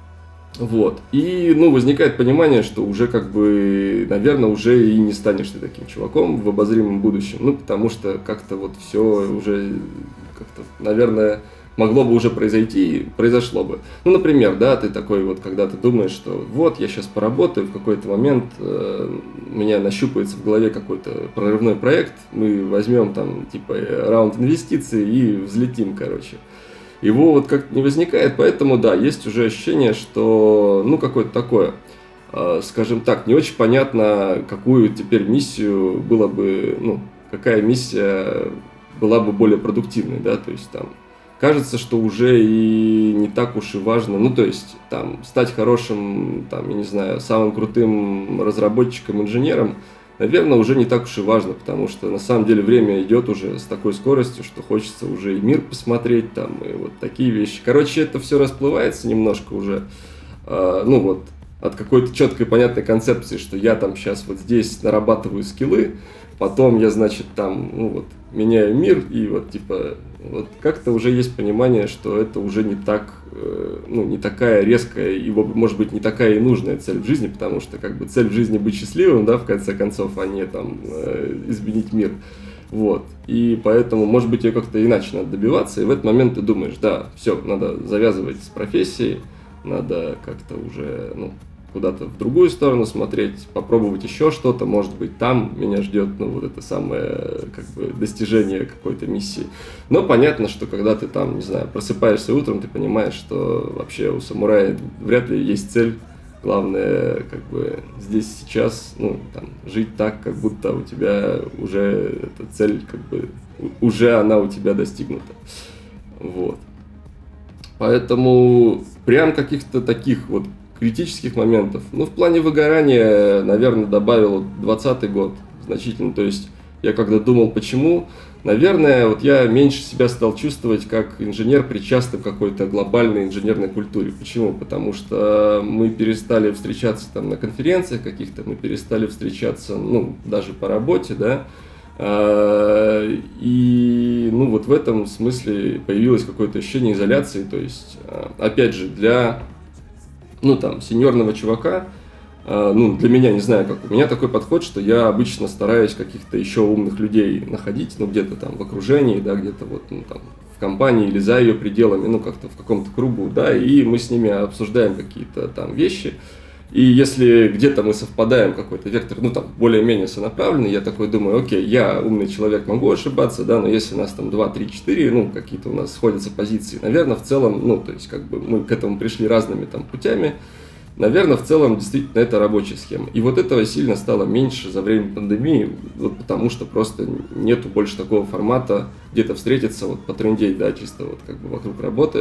Вот. И, ну, возникает понимание, что уже как бы, наверное, уже и не станешь ты таким чуваком в обозримом будущем. Ну, потому что как-то вот все уже как-то, наверное, могло бы уже произойти, произошло бы. Ну, например, да, ты такой вот, когда ты думаешь, что вот, я сейчас поработаю, в какой-то момент э, у меня нащупается в голове какой-то прорывной проект, мы возьмем там, типа, раунд инвестиций и взлетим, короче. Его вот как-то не возникает, поэтому, да, есть уже ощущение, что, ну, какое-то такое, э, скажем так, не очень понятно, какую теперь миссию было бы, ну, какая миссия была бы более продуктивной, да, то есть там, кажется, что уже и не так уж и важно, ну, то есть, там, стать хорошим, там, я не знаю, самым крутым разработчиком, инженером, наверное, уже не так уж и важно, потому что, на самом деле, время идет уже с такой скоростью, что хочется уже и мир посмотреть, там, и вот такие вещи. Короче, это все расплывается немножко уже, э, ну, вот, от какой-то четкой, понятной концепции, что я там сейчас вот здесь нарабатываю скиллы, потом я, значит, там, ну, вот, меняю мир, и вот, типа, вот как-то уже есть понимание, что это уже не так, э, ну, не такая резкая и, может быть, не такая и нужная цель в жизни, потому что, как бы, цель в жизни быть счастливым, да, в конце концов, а не, там, э, изменить мир, вот, и поэтому, может быть, ее как-то иначе надо добиваться, и в этот момент ты думаешь, да, все, надо завязывать с профессией, надо как-то уже, ну, куда-то в другую сторону смотреть, попробовать еще что-то, может быть, там меня ждет, ну, вот это самое, как бы, достижение какой-то миссии. Но понятно, что когда ты там, не знаю, просыпаешься утром, ты понимаешь, что вообще у самурая вряд ли есть цель. Главное, как бы, здесь сейчас, ну, там, жить так, как будто у тебя уже эта цель, как бы, уже она у тебя достигнута. Вот. Поэтому прям каких-то таких вот критических моментов. Ну, в плане выгорания, наверное, добавил двадцатый год значительно. То есть, я когда думал, почему, наверное, вот я меньше себя стал чувствовать как инженер, причастным к какой-то глобальной инженерной культуре. Почему? Потому что мы перестали встречаться там на конференциях каких-то, мы перестали встречаться, ну, даже по работе, да. И, ну, вот в этом смысле появилось какое-то ощущение изоляции. То есть, опять же, для... ну, там, сеньорного чувака, Ну, для меня, не знаю, как у меня такой подход, что я обычно стараюсь каких-то еще умных людей находить, ну, где-то там в окружении, да, где-то вот, ну, там, в компании или за ее пределами, ну, как-то в каком-то кругу, да, и мы с ними обсуждаем какие-то там вещи, и если где-то мы совпадаем, какой-то вектор, ну, там, более-менее сонаправленный, я такой думаю, окей, я умный человек, могу ошибаться, да, но если у нас там два, три, четыре, ну, какие-то у нас сходятся позиции, наверное, в целом, ну, то есть, как бы мы к этому пришли разными там путями. Наверное, в целом, действительно, это рабочая схема. И вот этого сильно стало меньше за время пандемии, вот потому что просто нету больше такого формата где-то встретиться, вот потрындеть, да, чисто вот как бы вокруг работы.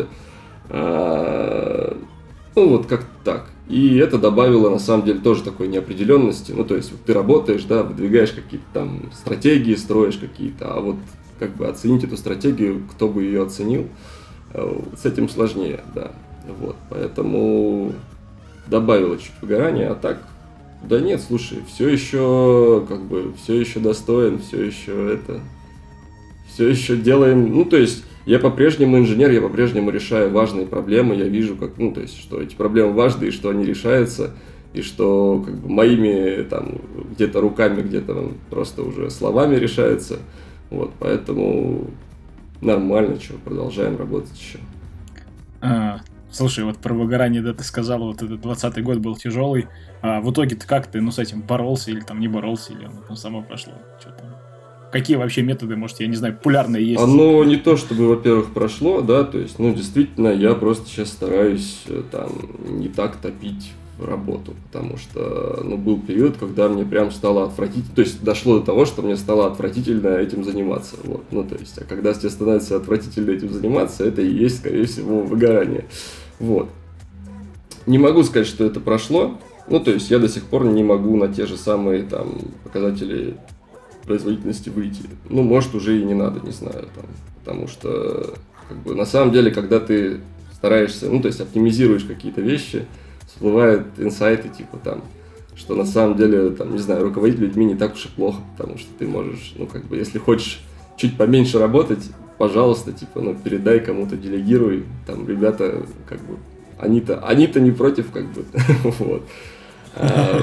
А, ну, вот как-то так. И это добавило, на самом деле, тоже такой неопределенности. Ну, то есть, вот ты работаешь, да, выдвигаешь какие-то там стратегии, строишь какие-то, а вот как бы оценить эту стратегию, кто бы ее оценил, с этим сложнее, да. Вот, поэтому... добавило чуть выгорания, а так, да нет, слушай, все еще, как бы, все еще достоин, все еще это, все еще делаем, ну, то есть, я по-прежнему инженер, я по-прежнему решаю важные проблемы, я вижу, как, ну, то есть, что эти проблемы важны, и что они решаются, и что, как бы, моими, там, где-то руками, где-то просто уже словами решаются, вот, поэтому нормально, что, продолжаем работать еще. А... Слушай, вот про выгорание, да, ты сказал, вот этот двадцатый год был тяжелый, а в итоге-то как ты, ну, с этим боролся или там не боролся, или оно там само прошло? Что там? Какие вообще методы, может, я не знаю, популярные есть? Оно не то, чтобы, во-первых, прошло, да, то есть, ну, действительно, я просто сейчас стараюсь там не так топить в работу, потому что, ну, был период, когда мне прям стало отвратительно, то есть, дошло до того, что мне стало отвратительно этим заниматься, вот, ну, то есть, а когда тебе становится отвратительно этим заниматься, это и есть, скорее всего, выгорание, вот. Не могу сказать, что это прошло, ну, то есть, я до сих пор не могу на те же самые, там, показатели производительности выйти, ну, может, уже и не надо, не знаю, там, потому что, как бы, на самом деле, когда ты стараешься, ну, то есть, оптимизируешь какие-то вещи, всплывают инсайты, типа там, что на самом деле, там, не знаю, руководить людьми не так уж и плохо, потому что ты можешь, ну, как бы, если хочешь чуть поменьше работать, пожалуйста, типа, ну, передай кому-то, делегируй, там, ребята, как бы, они-то, они-то не против, как бы, вот. А,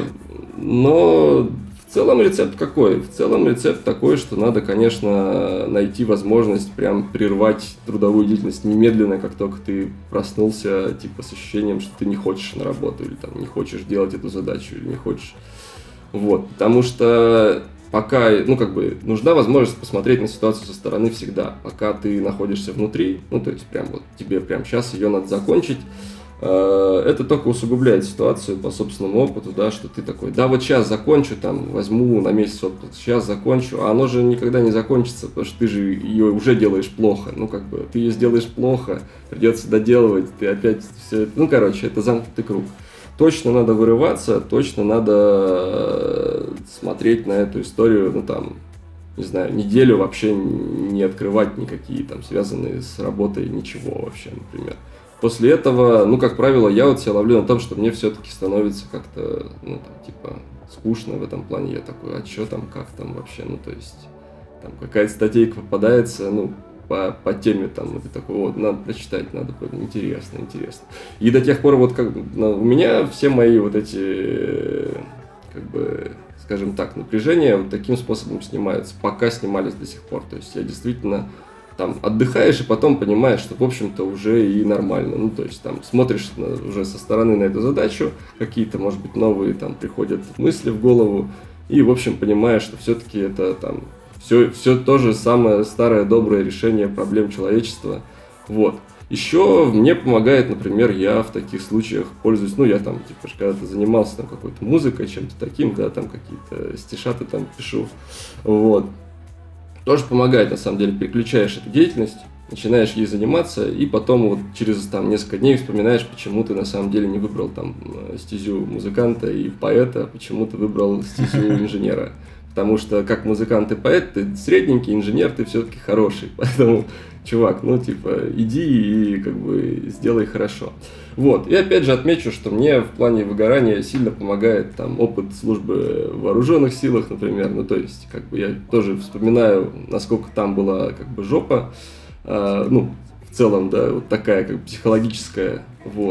но в целом рецепт какой? В целом рецепт такой, что надо, конечно, найти возможность прям прервать трудовую деятельность немедленно, как только ты проснулся, типа, с ощущением, что ты не хочешь на работу, или там не хочешь делать эту задачу, или не хочешь. Вот, потому что пока, ну, как бы, нужна возможность посмотреть на ситуацию со стороны всегда. Пока ты находишься внутри, ну, то есть, прям вот тебе прям сейчас ее надо закончить, это только усугубляет ситуацию по собственному опыту, да, что ты такой, да, вот сейчас закончу, там, возьму на месяц отпуск, сейчас закончу, а оно же никогда не закончится, потому что ты же ее уже делаешь плохо, ну, как бы, ты ее сделаешь плохо, придется доделывать, ты опять все это, ну, короче, это замкнутый круг. Точно надо вырываться, точно надо смотреть на эту историю, ну, там, не знаю, неделю вообще не открывать никакие, там, связанные с работой ничего вообще, например. После этого, ну, как правило, я вот себя ловлю на том, что мне все-таки становится как-то, ну, там, типа, скучно в этом плане. Я такой, а что там, как там вообще, ну, то есть, там какая-то статейка попадается, ну, по, по теме, там, и ты такой, вот, надо прочитать, надо, интересно, интересно. И до тех пор, вот, как, ну, у меня все мои вот эти, как бы, скажем так, напряжения вот таким способом снимаются, пока снимались до сих пор. То есть, я действительно... там отдыхаешь и потом понимаешь, что, в общем-то, уже и нормально. Ну, то есть, там, смотришь на, уже со стороны на эту задачу, какие-то, может быть, новые, там, приходят мысли в голову, и, в общем, понимаешь, что все-таки это, там, все, все то же самое старое доброе решение проблем человечества. Вот. Еще мне помогает, например, я в таких случаях пользуюсь, ну, я там, типа, когда-то занимался там какой-то музыкой, чем-то таким, да, там, какие-то стишаты там пишу, вот. Тоже помогает, на самом деле, переключаешь эту деятельность, начинаешь ей заниматься, и потом вот через там несколько дней вспоминаешь, почему ты на самом деле не выбрал там стезю музыканта и поэта, почему ты выбрал стезю инженера. Потому что как музыкант и поэт, ты средненький, инженер, ты все-таки хороший. Поэтому, чувак, ну типа, иди и как бы сделай хорошо. Вот. И опять же отмечу, что мне в плане выгорания сильно помогает там опыт службы в вооруженных силах, например. Ну, то есть, как бы я тоже вспоминаю, насколько там была как бы жопа. Э, ну, в целом, да, вот такая как бы психологическая. Вот.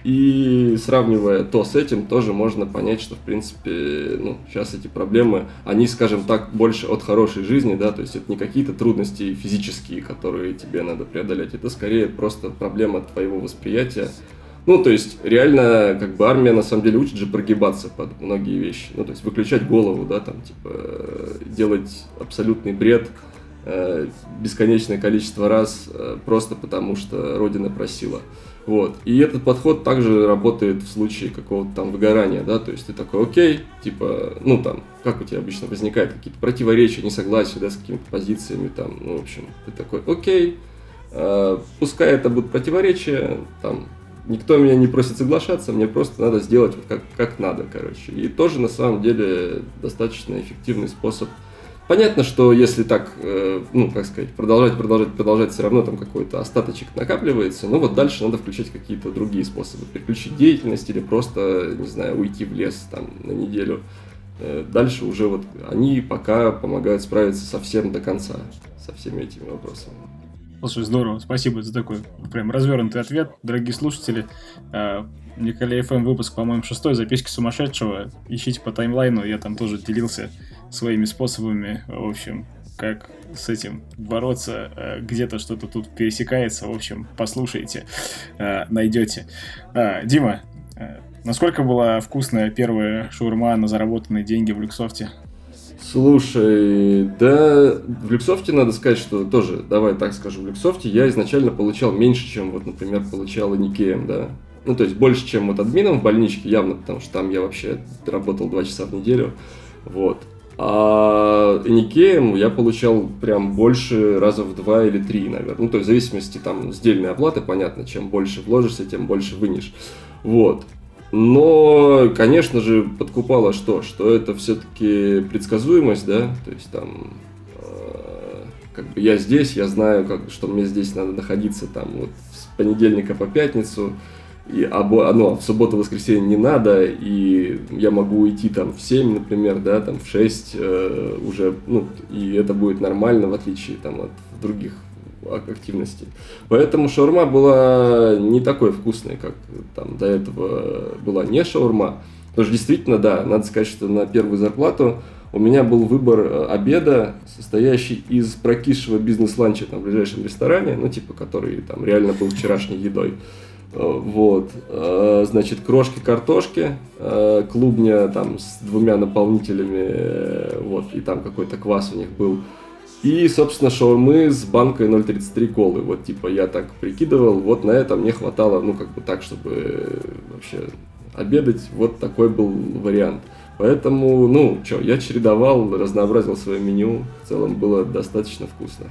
И сравнивая то с этим, тоже можно понять, что, в принципе, ну, сейчас эти проблемы, они, скажем так, больше от хорошей жизни, да, то есть это не какие-то трудности физические, которые тебе надо преодолеть, это скорее просто проблема твоего восприятия. Ну, то есть, реально, как бы армия, на самом деле, учит же прогибаться под многие вещи. Ну, то есть, выключать голову, да, там, типа, делать абсолютный бред э, бесконечное количество раз, э, просто потому что Родина просила. Вот. И этот подход также работает в случае какого-то там выгорания, да, то есть, ты такой, окей, типа, ну, там, как у тебя обычно возникают какие-то противоречия, несогласия, да, с какими-то позициями, там, ну, в общем, ты такой, окей, э, пускай это будут противоречия, там, никто меня не просит соглашаться, мне просто надо сделать вот как, как надо, короче. И тоже, на самом деле, достаточно эффективный способ. Понятно, что если так, э, ну, как сказать, продолжать, продолжать, продолжать, все равно там какой-то остаточек накапливается, но вот дальше надо включать какие-то другие способы. Переключить деятельность или просто, не знаю, уйти в лес там на неделю. Э, дальше уже вот они пока помогают справиться совсем до конца со всеми этими вопросами. Слушай, здорово, спасибо за такой прям развернутый ответ. Дорогие слушатели, Николай эф эм выпуск, по-моему, шестой, записки сумасшедшего. Ищите по таймлайну, я там тоже делился своими способами, в общем, как с этим бороться. Где-то что-то тут пересекается, в общем, послушайте, найдете. Дима, насколько была вкусная первая шаурма на заработанные деньги в Люксофте? Слушай, да, в Люксофте надо сказать, что тоже, давай так скажу, в Люксофте я изначально получал меньше, чем вот, например, получал Никеем, да. Ну, то есть больше, чем вот админом в больничке, явно, потому что там я вообще работал два часа в неделю, вот. А Никеем я получал прям больше раза в два или три, наверное. Ну, то есть в зависимости там сдельной оплаты, понятно, чем больше вложишься, тем больше вынешь, вот. Но, конечно же, подкупало что? Что это все-таки предсказуемость, да, то есть там, э, как бы я здесь, я знаю, как, что мне здесь надо находиться там вот с понедельника по пятницу, и, а, ну, а в субботу-воскресенье не надо, и я могу уйти там в семь, например, да, там в шесть э, уже, ну, и это будет нормально, в отличие там от других активности. Поэтому шаурма была не такой вкусной, как там до этого была не шаурма. Потому что действительно, да, надо сказать, что на первую зарплату у меня был выбор обеда, состоящий из прокисшего бизнес-ланча там, в ближайшем ресторане, ну, типа, который там реально был вчерашней едой. Вот, значит, крошки картошки, клубня там с двумя наполнителями, вот, и там какой-то квас у них был. И, собственно, шаурмы с банкой ноль тридцать три колы. Вот, типа, я так прикидывал, вот на это мне хватало, ну, как бы так, чтобы вообще обедать. Вот такой был вариант. Поэтому, ну, что, я чередовал, разнообразил свое меню. В целом было достаточно вкусно.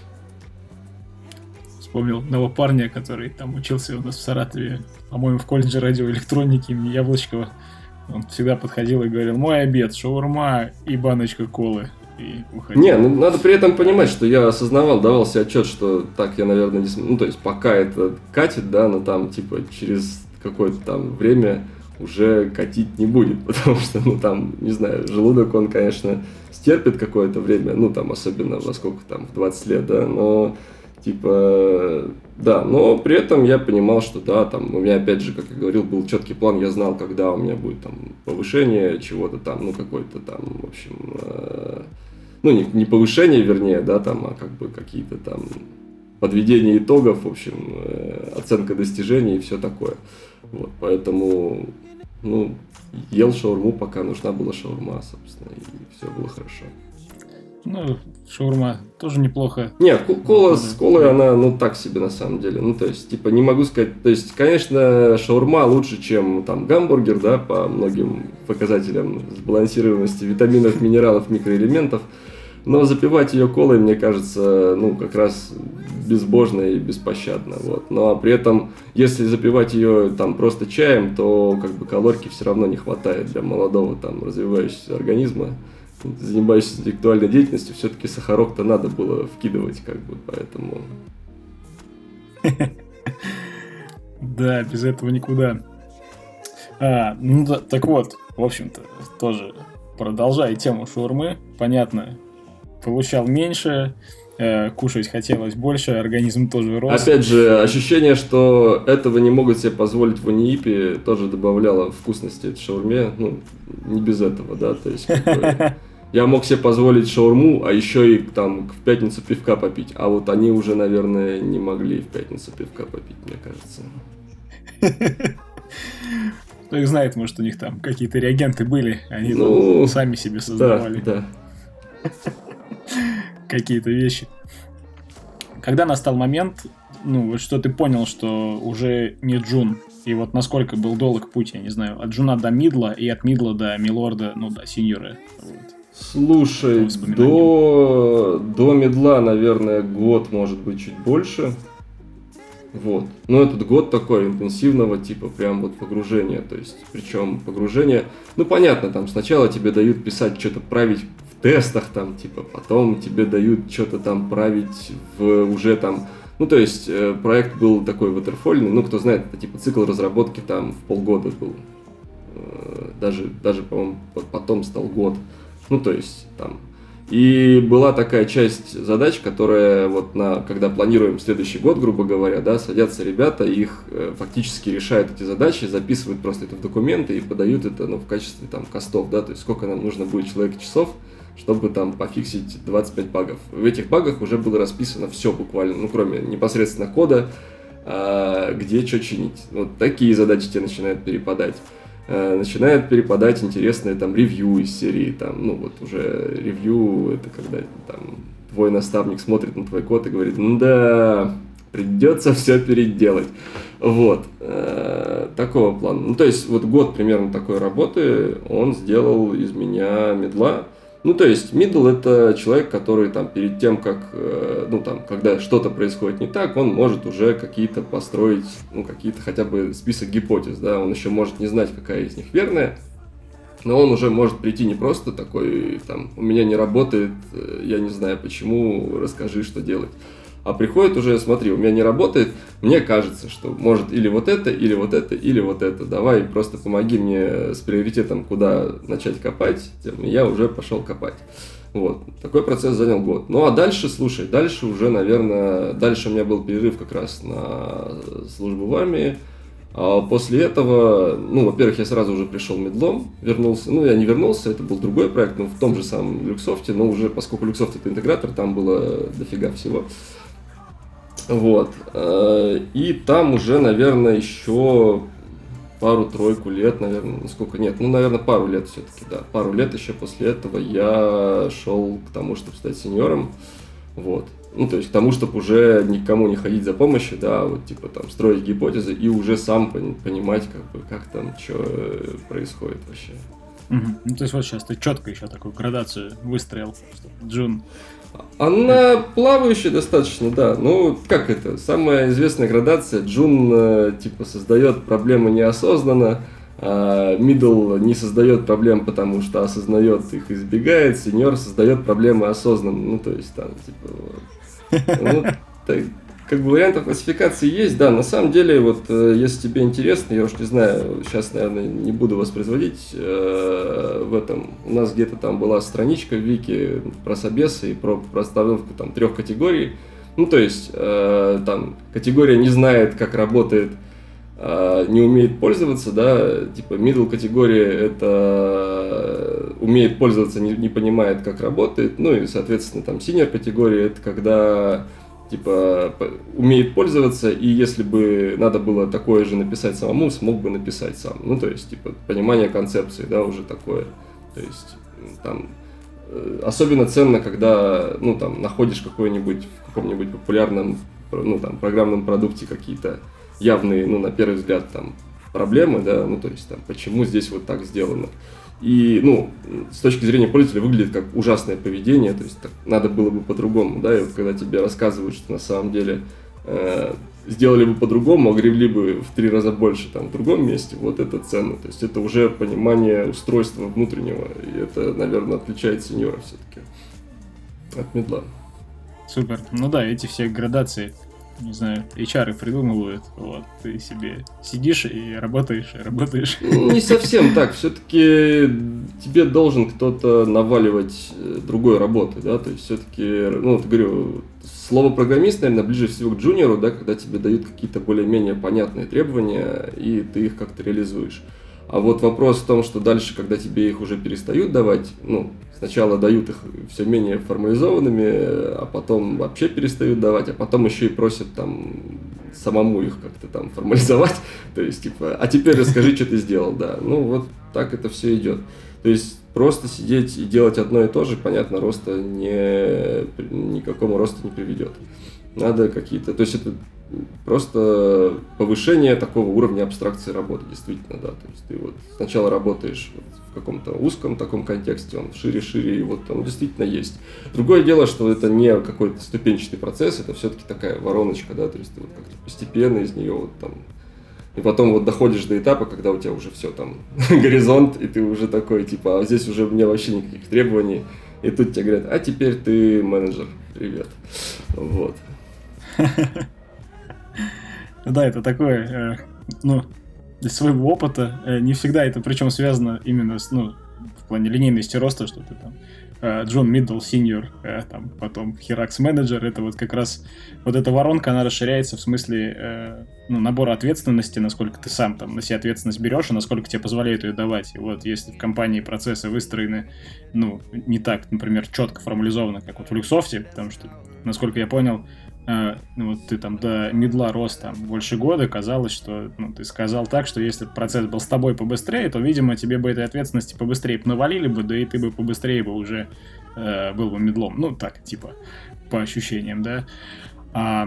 Вспомнил одного парня, который там учился у нас в Саратове, по-моему, в колледже радиоэлектроники имени Яблочкова. Он всегда подходил и говорил: мой обед, шаурма и баночка колы. И не, ну надо при этом понимать, что я осознавал, давал себе отчет, что так я, наверное, не смогу. Ну, то есть, пока это катит, да, но там, типа, через какое-то там время уже катить не будет, потому что, ну, там, не знаю, желудок, он, конечно, стерпит какое-то время, ну, там, особенно во сколько там, в двадцать лет, да, но, типа, да, но при этом я понимал, что, да, там, у меня, опять же, как я говорил, был четкий план, я знал, когда у меня будет, там, повышение чего-то там, ну, какой-то там, в общем, э- ну, не, не повышение, вернее, да, там, а как бы какие-то там подведение итогов, в общем, э- оценка достижений и все такое. Вот, поэтому, ну, ел шаурму, пока нужна была шаурма, собственно, и все было хорошо. Ну, шаурма тоже неплохо. Не, кола с колой, она, ну, так себе на самом деле. Ну, то есть, типа, не могу сказать. То есть, конечно, шаурма лучше, чем там гамбургер, да, по многим показателям сбалансированности витаминов, минералов, микроэлементов. Но запивать ее колой, мне кажется, ну, как раз безбожно и беспощадно. Вот. Но при этом, если запивать ее там просто чаем, то как бы калорий все равно не хватает для молодого там развивающегося организма. Занимающийся интеллектуальной деятельностью, все-таки сахарок-то надо было вкидывать, как бы, поэтому... Да, без этого никуда. А, ну да, так вот, в общем-то, тоже продолжая тему шаурмы, понятно, получал меньше, э, кушать хотелось больше, организм тоже рос. Опять же, ощущение, что этого не могут себе позволить в УниИПе, тоже добавляло вкусности этой шаурме. Ну, не без этого, да, то есть как бы, я мог себе позволить шаурму, а еще и там в пятницу пивка попить. А вот они уже, наверное, не могли в пятницу пивка попить, мне кажется. Кто их знает, может, у них там какие-то реагенты были, они ну, сами себе создавали. Да, да. Какие-то вещи. Когда настал момент, ну, вот что ты понял, что уже не Джун, и вот насколько был долг путь, я не знаю, от Джуна до Мидла и от Мидла до Милорда, ну, до Синьора. Вот. Слушай, до, до Мидла, наверное, год, может быть, чуть больше. Вот. Но этот год такой интенсивного типа прям вот погружения. То есть, причем погружение, ну понятно, там сначала тебе дают писать, что-то править в тестах там, типа, потом тебе дают что-то там править в уже там, ну то есть э, проект был такой ватерфольный, ну кто знает, это типа цикл разработки там в полгода был. Э, даже, даже, по-моему, потом стал год. Ну то есть там. И была такая часть задач, которая вот на, когда планируем следующий год, грубо говоря, да, садятся ребята, их э, фактически решают эти задачи, записывают просто это в документы и подают это, ну, в качестве там костов, да, то есть сколько нам нужно будет человек часов, чтобы там пофиксить двадцать пять багов. В этих багах уже было расписано все буквально, ну, кроме непосредственно кода, э, где что чинить. Вот такие задачи тебе начинают перепадать. Начинает перепадать интересные там ревью из серии, там, ну вот уже ревью, это когда там твой наставник смотрит на твой код и говорит, да, придется все переделать. Вот, э, такого плана. Ну, то есть, вот год примерно такой работы он сделал из меня мидла. Ну, то есть, мидл — это человек, который там перед тем, как, э, ну, там, когда что-то происходит не так, он может уже какие-то построить, ну, какие-то хотя бы список гипотез, да, он еще может не знать, какая из них верная, но он уже может прийти не просто такой, там, у меня не работает, я не знаю почему, расскажи, что делать. А приходит уже, смотри, у меня не работает, мне кажется, что может или вот это, или вот это, или вот это. Давай просто помоги мне с приоритетом, куда начать копать, и я уже пошел копать. Вот, такой процесс занял год. Ну, а дальше, слушай, дальше уже, наверное, дальше у меня был перерыв как раз на службу в армии. А после этого, ну, во-первых, я сразу уже пришел мидлом, вернулся, ну, я не вернулся, это был другой проект, но в том же самом Люксофте, но уже, поскольку Люксофт — это интегратор, там было дофига всего. Вот, и там уже, наверное, еще пару-тройку лет, наверное, ну сколько, нет, ну, наверное, пару лет все-таки, да, пару лет еще после этого я шел к тому, чтобы стать сеньором, вот, ну, то есть к тому, чтобы уже никому не ходить за помощью, да, вот, типа, там, строить гипотезы и уже сам понимать, как бы, как там, что происходит вообще. Угу. Ну, то есть вот сейчас ты четко еще такую градацию выстроил, что Джун. Она плавающая достаточно, да. Ну, как это? Самая известная градация. Джун, типа, создает проблемы неосознанно, а Мидл не создает проблем, потому что осознает их, избегает. Сеньор создает проблемы осознанно. Ну, то есть, там, типа... Ну, так, как бы вариантов классификации есть, да. На самом деле, вот, если тебе интересно, я уж не знаю, сейчас, наверное, не буду воспроизводить э, в этом. У нас где-то там была страничка в Вики про собесы и про расстановку там трех категорий. Ну, то есть, э, там, категория не знает, как работает, э, не умеет пользоваться, да, типа, middle категория — это умеет пользоваться, не, не понимает, как работает, ну, и, соответственно, там, senior категория — это когда... типа, умеет пользоваться, и если бы надо было такое же написать самому, смог бы написать сам. Ну, то есть, типа, понимание концепции, да, уже такое. То есть, там, особенно ценно, когда, ну, там, находишь какой-нибудь, в каком-нибудь популярном, ну, там, программном продукте какие-то явные, ну, на первый взгляд, там, проблемы, да, ну, то есть, там, почему здесь вот так сделано. И, ну, с точки зрения пользователя выглядит как ужасное поведение, то есть так, надо было бы по-другому, да, и вот когда тебе рассказывают, что на самом деле э, сделали бы по-другому, огребли бы в три раза больше там в другом месте, вот это ценно, то есть это уже понимание устройства внутреннего, и это, наверное, отличает сеньора все-таки от мидла. Супер, ну да, эти все градации не знаю, эйч ар придумывают, вот, ты себе сидишь и работаешь, и работаешь. Не совсем так, все-таки тебе должен кто-то наваливать другой работы, да, то есть все-таки, ну, вот говорю, слово программист, наверное, ближе всего к джуниору, да, когда тебе дают какие-то более-менее понятные требования, и ты их как-то реализуешь. А вот вопрос в том, что дальше, когда тебе их уже перестают давать, ну, сначала дают их все менее формализованными, а потом вообще перестают давать, а потом еще и просят там самому их как-то там формализовать, то есть, типа, а теперь расскажи, что ты сделал, да. Ну, вот так это все идет. То есть, просто сидеть и делать одно и то же, понятно, роста не, никакому росту не приведет. Надо какие-то, то есть, это просто повышение такого уровня абстракции работы, действительно, да, то есть ты вот сначала работаешь вот в каком-то узком таком контексте, он шире-шире, и вот он действительно есть. Другое дело, что это не какой-то ступенчатый процесс, это все-таки такая вороночка, да, то есть ты вот как-то постепенно из нее вот там, и потом вот доходишь до этапа, когда у тебя уже все там горизонт, и ты уже такой, типа, а здесь уже у меня вообще никаких требований, и тут тебе говорят, а теперь ты менеджер, привет, вот. Да, это такое, ну, из своего опыта, не всегда это, причем связано именно с, ну, в плане линейности роста, что ты там Джон Мидл, сеньор, там, потом Херакс менеджер, это вот как раз, вот эта воронка, она расширяется в смысле, ну, набора ответственности, насколько ты сам там на себя ответственность берешь, и насколько тебе позволяют ее давать. И вот если в компании процессы выстроены, ну, не так, например, четко формализованы, как вот в Люксофте, потому что, насколько я понял, Uh, ну, вот ты там до мидла рос там больше года, казалось, что, ну, ты сказал так, что если процесс был с тобой побыстрее, то, видимо, тебе бы этой ответственности побыстрее навалили бы, да и ты бы побыстрее бы уже uh, был бы мидлом. Ну, так, типа, по ощущениям, да. Uh,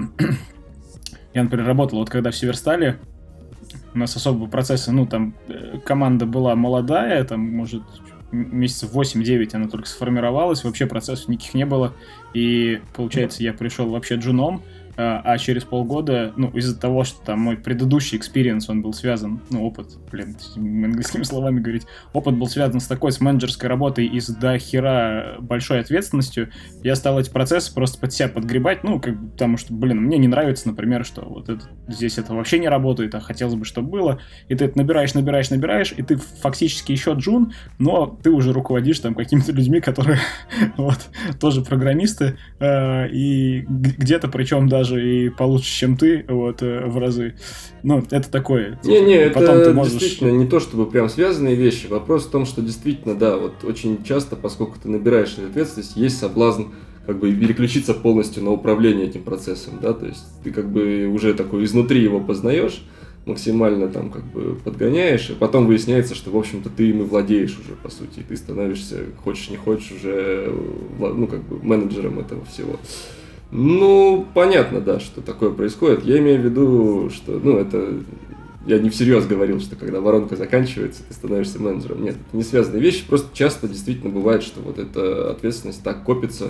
я, например, работал, вот когда в Северстале, у нас особого процесса, ну, там, команда была молодая, там, может, месяцев восемь-девять она только сформировалась, вообще процессов никаких не было, и, получается, я пришел вообще джуном, а через полгода, ну, из-за того, что там мой предыдущий экспириенс, он был связан, ну, опыт, блин, английскими словами говорить, опыт был связан с такой, с менеджерской работой и с до хера большой ответственностью, я стал эти процессы просто под себя подгребать, ну, как бы, потому что, блин, мне не нравится, например, что вот это, здесь это вообще не работает, а хотелось бы, чтобы было, и ты это набираешь, набираешь, набираешь, и ты фактически еще джун, но ты уже руководишь там какими-то людьми, которые, вот, тоже программисты, и где-то, причем даже и получше, чем ты, вот, в разы. Ну, это такое. Не-не, типа, это ты можешь... действительно не то, чтобы прям связанные вещи. Вопрос в том, что действительно, да, вот очень часто, поскольку ты набираешь эту ответственность, есть соблазн как бы переключиться полностью на управление этим процессом, да, то есть ты как бы уже такой изнутри его познаешь, максимально там как бы подгоняешь, и потом выясняется, что, в общем-то, ты им и владеешь уже, по сути, и ты становишься, хочешь не хочешь, уже, ну, как бы менеджером этого всего. Ну, понятно, да, что такое происходит. Я имею в виду, что, ну, это... Я не всерьез говорил, что когда воронка заканчивается, ты становишься менеджером. Нет, это не связанные вещи. Просто часто действительно бывает, что вот эта ответственность так копится,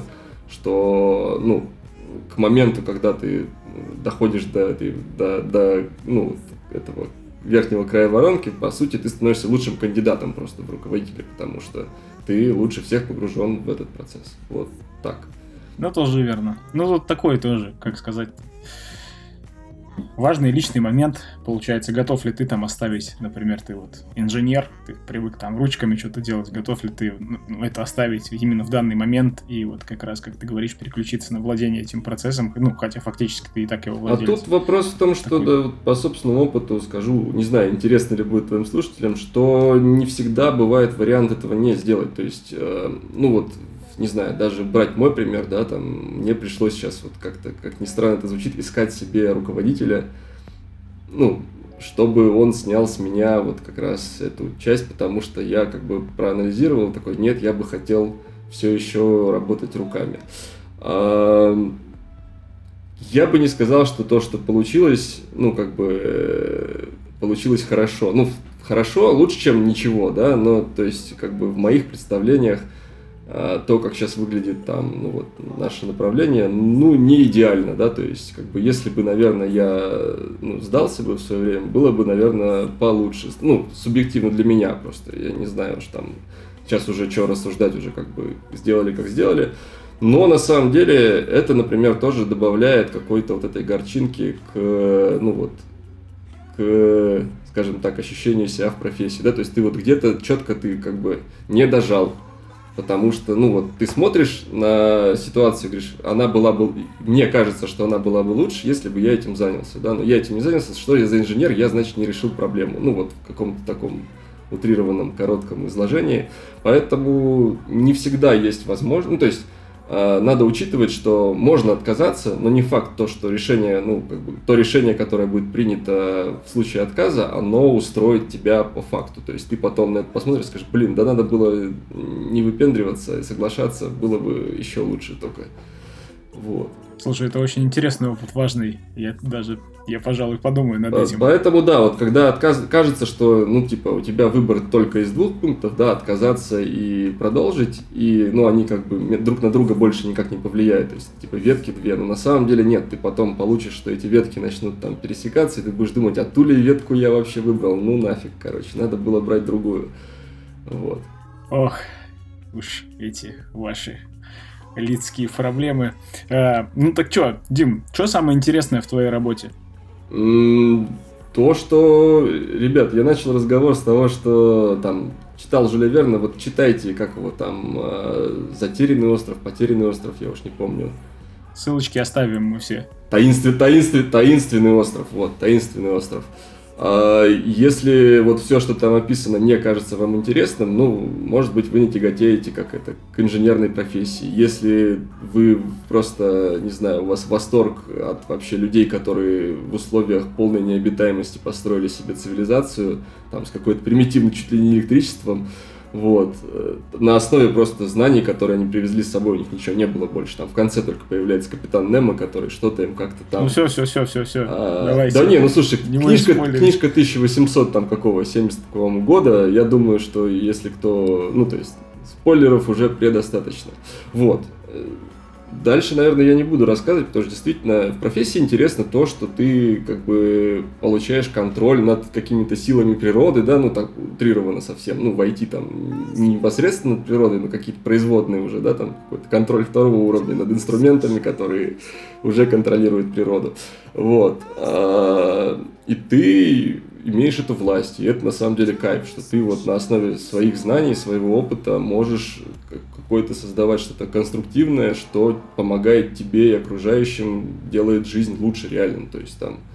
что, ну, к моменту, когда ты доходишь до, этой, до, до ну, этого верхнего края воронки, по сути, ты становишься лучшим кандидатом просто в руководителе, потому что ты лучше всех погружен в этот процесс. Вот так. Ну, тоже верно. Ну, тут такой тоже, как сказать, важный личный момент, получается, готов ли ты там оставить, например, ты вот инженер, ты привык там ручками что-то делать, готов ли ты ну, это оставить именно в данный момент и вот как раз, как ты говоришь, переключиться на владение этим процессом, ну, хотя фактически ты и так его владелец. А тут вопрос в том, что да, по собственному опыту скажу, не знаю, интересно ли будет твоим слушателям, что не всегда бывает вариант этого не сделать, то есть, э, ну вот, не знаю, даже брать мой пример, да, там, мне пришлось сейчас вот как-то, как ни странно это звучит, искать себе руководителя, ну, чтобы он снял с меня вот как раз эту часть, потому что я как бы проанализировал, такой, нет, я бы хотел все еще работать руками. Я бы не сказал, что то, что получилось, ну, как бы, получилось хорошо. Ну, хорошо, лучше, чем ничего, да, но, то есть, как бы в моих представлениях то, как сейчас выглядит там, ну вот, наше направление, ну, не идеально, да, то есть, как бы, если бы, наверное, я, ну, сдался бы в свое время, было бы, наверное, получше, ну, субъективно для меня просто, я не знаю уж там, сейчас уже что рассуждать, уже как бы сделали, как сделали, Но на самом деле это, например, тоже добавляет какой-то вот этой горчинки к, ну вот, к, скажем так, ощущению себя в профессии, да, то есть ты вот где-то четко ты как бы не дожал, потому что, ну вот, ты смотришь на ситуацию и говоришь, она была бы, мне кажется, что она была бы лучше, если бы я этим занялся, да, но я этим не занялся, что я за инженер, я, значит, не решил проблему, ну вот, в каком-то таком утрированном, коротком изложении, поэтому не всегда есть возможность, ну, то есть, надо учитывать, что можно отказаться, но не факт то, что решение, ну, как бы, то решение, которое будет принято в случае отказа, оно устроит тебя по факту. То есть ты потом на это посмотришь и скажешь, блин, да надо было не выпендриваться и соглашаться, было бы еще лучше только. Вот. Слушай, это очень интересный опыт, важный. Я даже, я, пожалуй, подумаю над этим. Поэтому, да, вот когда отказ... кажется, что, ну, типа, у тебя выбор только из двух пунктов, да, отказаться и продолжить, и, ну, они как бы друг на друга больше никак не повлияют, то есть, типа, ветки две, но на самом деле нет, ты потом получишь, что эти ветки начнут там пересекаться, и ты будешь думать, а ту ли ветку я вообще выбрал, ну, нафиг, короче, надо было брать другую, вот. Ох, уж эти ваши... людские проблемы. А, ну так что, Дим, что самое интересное в твоей работе? То, что, ребят, я начал разговор с того, что там читал Жюля Верна, вот читайте, как его там, «Затерянный остров», «Потерянный остров», я уж не помню. Ссылочки оставим мы все. Таинственный, таинственный, таинственный остров, вот, таинственный остров. Если вот все, что там описано, не кажется вам интересным, ну, может быть, вы не тяготеете как это, к инженерной профессии. Если вы просто, не знаю, у вас восторг от вообще людей, которые в условиях полной необитаемости построили себе цивилизацию, там, с какой-то примитивным чуть ли не электричеством, вот, на основе просто знаний, которые они привезли с собой, у них ничего не было больше. Там в конце только появляется капитан Немо, который что-то им как-то там... Ну все, все, все, все, все. А, Давайте. Да не, ну слушай, не книжка, книжка тысяча восемьсот там какого, семидесятого года, я думаю, что если кто... Ну, то есть, спойлеров уже предостаточно. Вот. Дальше, наверное, я не буду рассказывать, потому что действительно в профессии интересно то, что ты как бы получаешь контроль над какими-то силами природы, да, ну так утрированно совсем, ну в ай ти там не непосредственно над природой, но какие-то производные уже, да, там какой-то контроль второго уровня над инструментами, которые уже контролируют природу, вот, и ты имеешь эту власть, и это на самом деле кайф, что ты вот на основе своих знаний, своего опыта можешь какое-то создавать что-то конструктивное, что помогает тебе и окружающим, делает жизнь лучше реально, то есть там,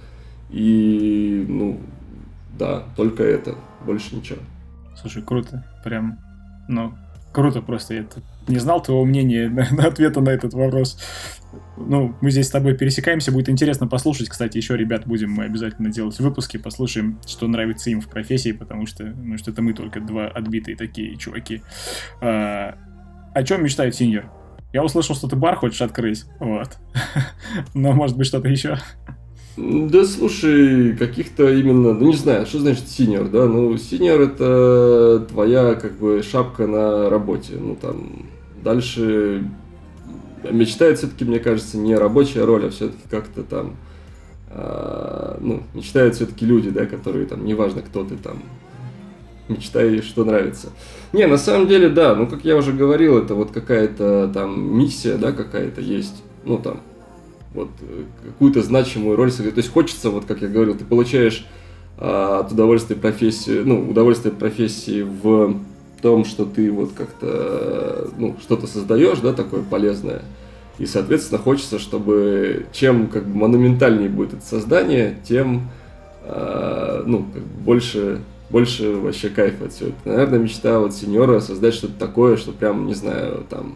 и, ну, да, только это, больше ничего. Слушай, круто, прям, ну, круто просто, я не знал твоего мнения на, на ответа на этот вопрос. Ну, мы здесь с тобой пересекаемся, будет интересно послушать, кстати, еще, ребят, будем мы обязательно делать выпуски, послушаем, что нравится им в профессии, потому что, ну, что это мы только два отбитые такие чуваки. А, о чем мечтает синьор? Я услышал, что ты бар хочешь открыть, вот. Но, может быть, что-то еще? Да, слушай, каких-то именно, ну, не знаю, что значит синьор, да? Ну, синьор — это твоя, как бы, шапка на работе, ну, там, дальше... Мечтает все-таки, мне кажется, не рабочая роль, а все-таки как-то там, э, ну, мечтают все-таки люди, да, которые там, неважно, кто ты там, мечтай, что нравится. Не, на самом деле, да, ну, как я уже говорил, это вот какая-то там миссия, да, какая-то есть, ну, там, вот, какую-то значимую роль сыграть. То есть хочется, вот, как я говорил, ты получаешь э, от удовольствия профессии, ну, удовольствие от профессии в... том, что ты вот как-то, ну, что-то создаешь, да, такое полезное, и, соответственно, хочется, чтобы чем как бы монументальнее будет это создание, тем, э, ну, как бы больше, больше вообще кайфа от всего этого. Наверное, мечта вот сеньора создать что-то такое, что прям, не знаю, там,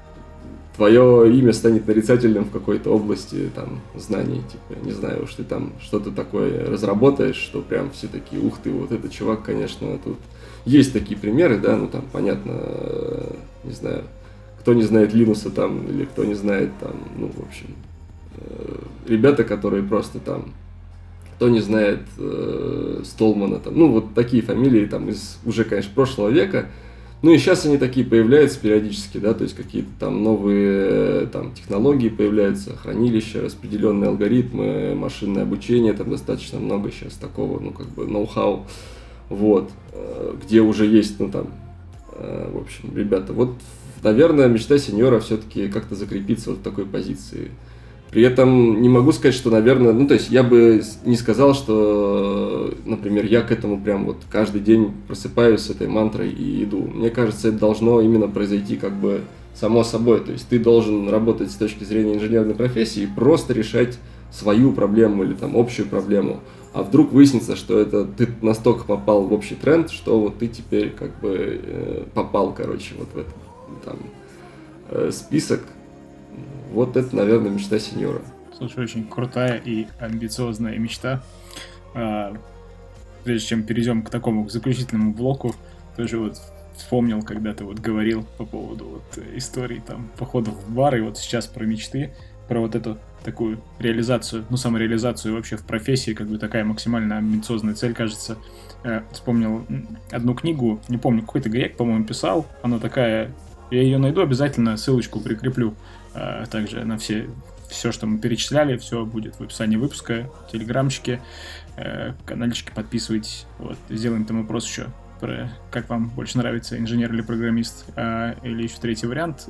твое имя станет нарицательным в какой-то области, там, знаний, типа, не знаю, уж ты там что-то такое разработаешь, что прям все такие, ух ты, вот этот чувак, конечно, тут... Есть такие примеры, да, ну там, понятно, не знаю, кто не знает Линуса там, или кто не знает там, ну, в общем, ребята, которые просто там, кто не знает э, Столмана, там, ну, вот такие фамилии там из уже, конечно, прошлого века, ну, и сейчас они такие появляются периодически, да, то есть какие-то там новые там технологии появляются, хранилища, распределенные алгоритмы, машинное обучение, там достаточно много сейчас такого, ну, как бы, ноу-хау. Вот, где уже есть, ну там, в общем, ребята, вот наверное, мечта сеньора все-таки как-то закрепиться вот в такой позиции. При этом не могу сказать, что, наверное, ну, то есть я бы не сказал, что, например, я к этому прям вот каждый день просыпаюсь с этой мантрой и иду. Мне кажется, это должно именно произойти как бы само собой. То есть ты должен работать с точки зрения инженерной профессии и просто решать свою проблему или там общую проблему. А вдруг выяснится, что это ты настолько попал в общий тренд, что вот ты теперь как бы э, попал, короче, вот в этот там э, список. Вот это, наверное, мечта сеньора. Слушай, очень крутая и амбициозная мечта. А, прежде чем перейдем к такому к заключительному блоку, тоже вот вспомнил, когда ты вот говорил по поводу вот истории там походов в бар, и вот сейчас про мечты, про вот эту такую реализацию, ну, самореализацию вообще в профессии, как бы такая максимально амбициозная цель, кажется. Э, вспомнил одну книгу, не помню, какой-то грек, по-моему, писал, она такая, я ее найду, обязательно ссылочку прикреплю. Также на все, все, что мы перечисляли, все будет в описании выпуска, телеграмчики, канальчики, подписывайтесь. Вот, сделаем там опрос еще про как вам больше нравится, инженер или программист, или еще третий вариант.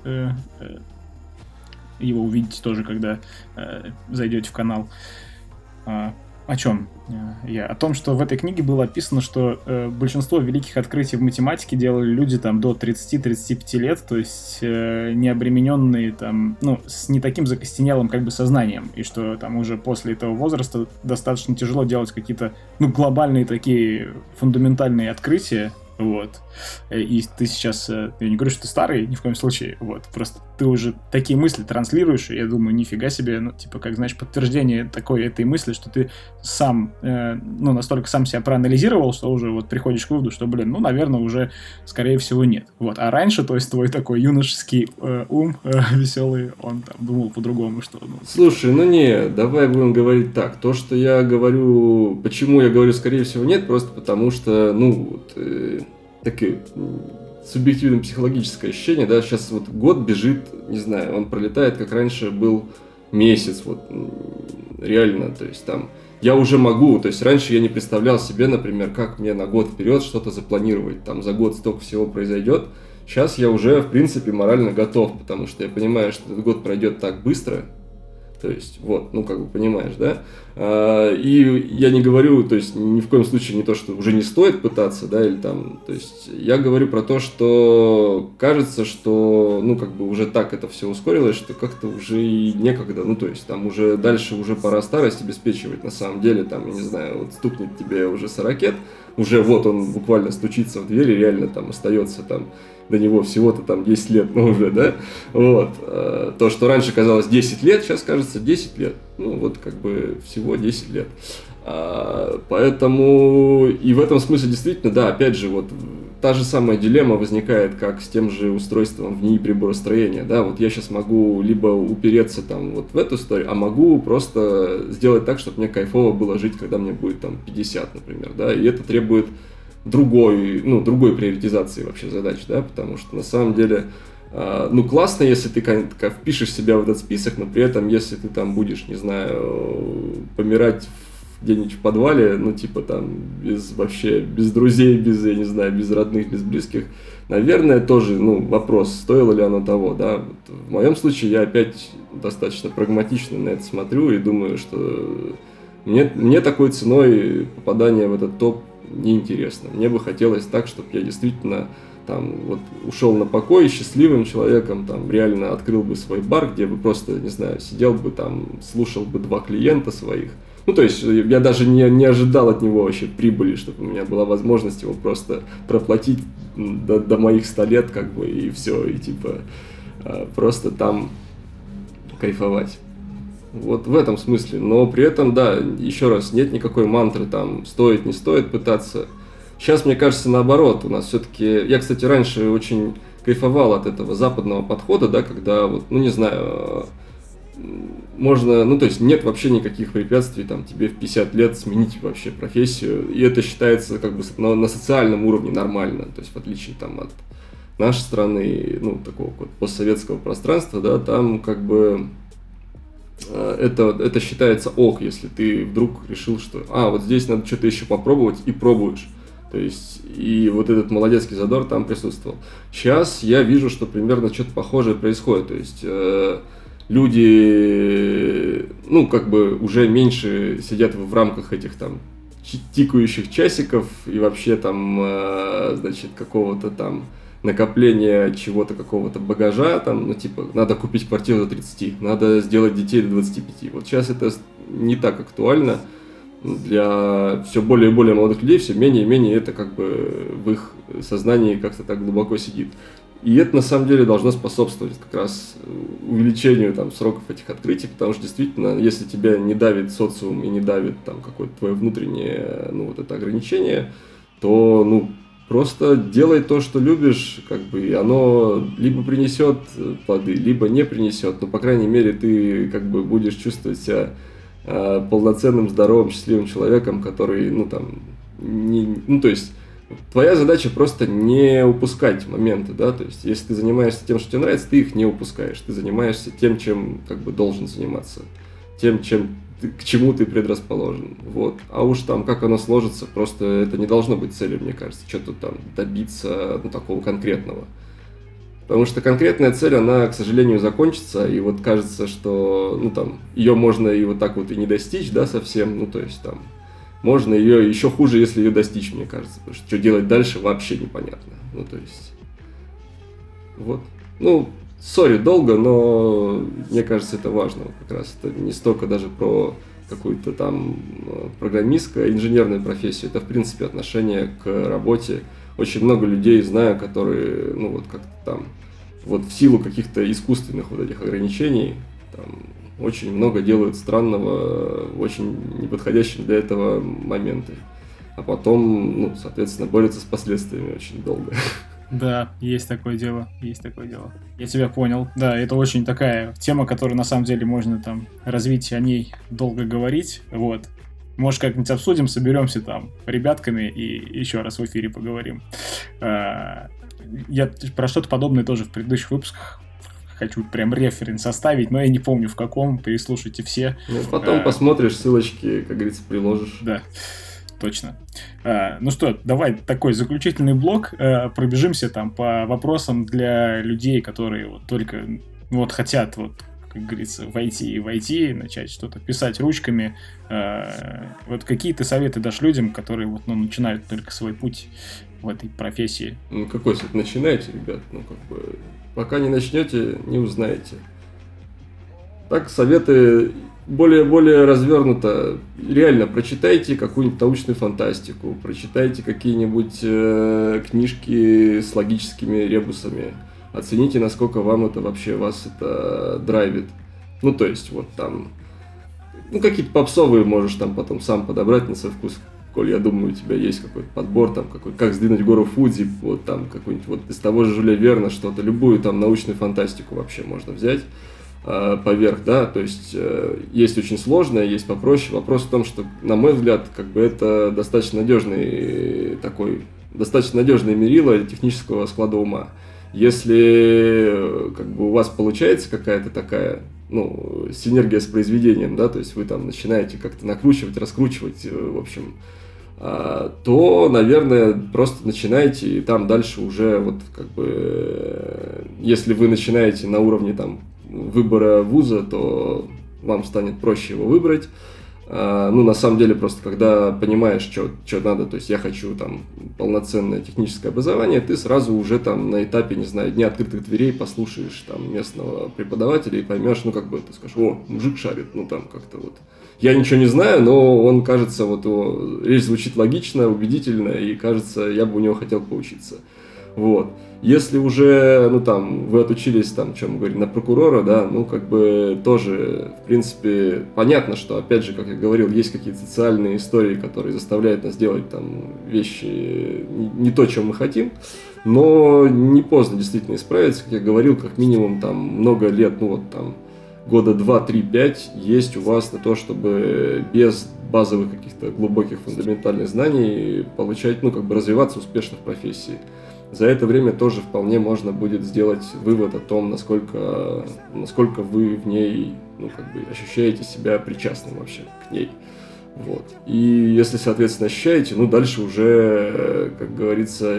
Его увидите тоже, когда зайдете в канал. О чем я? О том, что в этой книге было описано, что э, большинство великих открытий в математике делали люди там до тридцати-тридцати пяти лет, то есть э, не обремененные там, ну, с не таким закостенелым как бы сознанием, и что там уже после этого возраста достаточно тяжело делать какие-то, ну, глобальные такие фундаментальные открытия, вот. И ты сейчас, я не говорю, что ты старый, ни в коем случае, вот, просто ты уже такие мысли транслируешь, и я думаю, нифига себе, ну, типа, как, знаешь, подтверждение такой этой мысли, что ты сам, э, ну, настолько сам себя проанализировал, что уже вот приходишь к выводу, что, блин, ну, наверное, уже, скорее всего, нет. Вот, а раньше, то есть, твой такой юношеский э, ум э, веселый, он там думал по-другому, что... Ну, Слушай, ну не, давай будем говорить так, то, что я говорю, почему я говорю, скорее всего, нет, просто потому что, ну, вот... Э... такое субъективное психологическое ощущение, да, сейчас вот год бежит, не знаю, он пролетает, как раньше был месяц, вот, реально, то есть там, я уже могу, то есть раньше я не представлял себе, например, как мне на год вперед что-то запланировать, там, за год столько всего произойдет, сейчас я уже, в принципе, морально готов, потому что я понимаю, что этот год пройдет так быстро, то есть, вот, ну, как бы понимаешь, да? А, и я не говорю, то есть, ни в коем случае не то, что уже не стоит пытаться, да, или там, то есть, я говорю про то, что кажется, что, ну, как бы уже так это все ускорилось, что как-то уже и некогда, ну, то есть, там уже дальше уже пора старость обеспечивать, на самом деле, там, я не знаю, вот стукнет тебе уже сорокет, уже вот он буквально стучится в дверь, и реально там остается там до него всего-то там десять лет, ну уже, да, вот, то, что раньше казалось десять лет, сейчас кажется десять лет, ну вот как бы всего десять лет, поэтому и в этом смысле действительно, да, опять же, вот та же самая дилемма возникает, как с тем же устройством в НИИ приборостроения, да, вот я сейчас могу либо упереться там вот в эту историю, а могу просто сделать так, чтобы мне кайфово было жить, когда мне будет там пятьдесят, например, да, и это требует другой, ну, другой приоритизации вообще задач, да, потому что на самом деле, э, ну, классно, если ты как, как впишешь себя в этот список, но при этом, если ты там будешь, не знаю, помирать где-нибудь в подвале, ну, типа там, без вообще, без друзей, без, я не знаю, без родных, без близких, наверное, тоже, ну, вопрос, стоило ли оно того, да, вот в моем случае я опять достаточно прагматично на это смотрю и думаю, что мне, мне такой ценой попадания в этот топ неинтересно. Мне бы хотелось так, чтобы я действительно там вот ушел на покой счастливым человеком, там реально открыл бы свой бар, где бы просто, не знаю, сидел бы там, слушал бы два клиента своих. Ну, то есть я даже не, не ожидал от него вообще прибыли, чтобы у меня была возможность его просто проплатить до, до моих ста лет, как бы, и все, и типа просто там кайфовать. Вот в этом смысле. Но при этом, да, еще раз, нет никакой мантры, там, стоит, не стоит пытаться. Сейчас, мне кажется, наоборот, у нас все-таки... Я, кстати, раньше очень кайфовал от этого западного подхода, да, когда, вот, ну, не знаю, можно... Ну, то есть нет вообще никаких препятствий, там, тебе в пятьдесят лет сменить вообще профессию. И это считается, как бы, на, на социальном уровне нормально. То есть в отличие, там, от нашей страны, ну, такого вот постсоветского пространства, да, там, как бы... Это, это считается ок, если ты вдруг решил, что а, вот здесь надо что-то еще попробовать, и пробуешь. То есть, и вот этот молодецкий задор там присутствовал. Сейчас я вижу, что примерно что-то похожее происходит. То есть, э, люди, ну, как бы уже меньше сидят в рамках этих там тикающих часиков и вообще там, э, значит, какого-то там накопления чего-то, какого-то багажа, там, ну, типа, надо купить квартиру до тридцати, надо сделать детей до двадцати пяти. Вот сейчас это не так актуально. Для все более и более молодых людей все менее и менее это как бы в их сознании как-то так глубоко сидит. И это на самом деле должно способствовать как раз увеличению там сроков этих открытий, потому что действительно, если тебя не давит социум и не давит там какое-то твое внутреннее, ну, вот это ограничение, то, ну, просто делай то, что любишь, как бы, и оно либо принесет плоды, либо не принесет, но, по крайней мере, ты как бы будешь чувствовать себя э, полноценным, здоровым, счастливым человеком, который, ну, там, не, ну, то есть, твоя задача просто не упускать моменты, да, то есть, если ты занимаешься тем, что тебе нравится, ты их не упускаешь, ты занимаешься тем, чем, как бы, должен заниматься, тем, чем ты, к чему ты предрасположен, вот, а уж там, как оно сложится, просто это не должно быть целью, мне кажется, что-то там добиться, ну, такого конкретного, потому что конкретная цель, она, к сожалению, закончится, и вот кажется, что, ну, там, ее можно и вот так вот и не достичь, да, совсем, ну, то есть, там, можно ее еще хуже, если ее достичь, мне кажется, потому что что делать дальше вообще непонятно, ну, то есть, вот, ну, сори, долго, но мне кажется, это важно как раз. Это не столько даже про какую-то там программистскую, инженерную профессию. Это, в принципе, отношение к работе. Очень много людей знаю, которые, ну, вот как-то там, вот в силу каких-то искусственных вот этих ограничений, там, очень много делают странного, очень неподходящим для этого моменты. А потом, ну, соответственно, борются с последствиями очень долго. Да, есть такое дело, есть такое дело. Я тебя понял. Да, это очень такая тема, которую на самом деле можно там развить, о ней долго говорить. Вот. Может, как-нибудь обсудим, соберемся там ребятками и еще раз в эфире поговорим. Я про что-то подобное тоже в предыдущих выпусках хочу прям референс оставить, но я не помню в каком, переслушайте все. Ну, потом а, посмотришь, ссылочки, как говорится, приложишь. Да. Точно. А, ну что, давай такой заключительный блок. А, пробежимся там по вопросам для людей, которые вот только вот хотят, вот, как говорится, войти и войти, начать что-то писать ручками. А, вот какие ты советы дашь людям, которые вот, ну, начинают только свой путь в этой профессии? Ну, какой совет? Начинайте, ребят. Ну, как бы, пока не начнете, не узнаете. Так, советы более-более развернуто. Реально, прочитайте какую-нибудь научную фантастику, прочитайте какие-нибудь э, книжки с логическими ребусами. Оцените, насколько вам это вообще, вас это драйвит. Ну, то есть, вот там, ну, какие-то попсовые можешь там потом сам подобрать на свой вкус. Коль, я думаю, у тебя есть какой-то подбор, там, какой, как сдвинуть гору Фудзи, вот там, какой-нибудь, вот из того же Жюля Верна что-то, любую там научную фантастику вообще можно взять поверх, да, то есть э, есть очень сложное, есть попроще. Вопрос в том, что, на мой взгляд, как бы это достаточно надежный такой, достаточно надежное мерило технического склада ума. Если как бы у вас получается какая-то такая, ну, синергия с произведением, да, то есть вы там начинаете как-то накручивать, раскручивать, в общем, э, то, наверное, просто начинайте, и там дальше уже вот как бы, э, если вы начинаете на уровне там выбора вуза, то вам станет проще его выбрать. А, ну, на самом деле, просто когда понимаешь, что, что надо, то есть я хочу там полноценное техническое образование, ты сразу уже там на этапе, не знаю, дня открытых дверей послушаешь там местного преподавателя и поймешь, ну, как бы ты скажешь, о, мужик шарит, ну, там как-то вот. Я ничего не знаю, но он, кажется, вот его речь звучит логично, убедительно, и, кажется, я бы у него хотел поучиться. Вот. Если уже, ну, там, вы отучились, там, чем мы говорим, на прокурора, да, ну, как бы тоже, в принципе, понятно, что, опять же, как я говорил, есть какие-то социальные истории, которые заставляют нас делать, там, вещи не, не то, чем мы хотим, но не поздно действительно исправиться, как я говорил, как минимум, там, много лет, ну, вот, там, года два, три, пять есть у вас на то, чтобы без базовых каких-то глубоких фундаментальных знаний получать, ну, как бы развиваться успешно в профессии. За это время тоже вполне можно будет сделать вывод о том, насколько, насколько вы в ней, ну, как бы ощущаете себя причастным вообще к ней. Вот. И если, соответственно, ощущаете, ну, дальше уже, как говорится,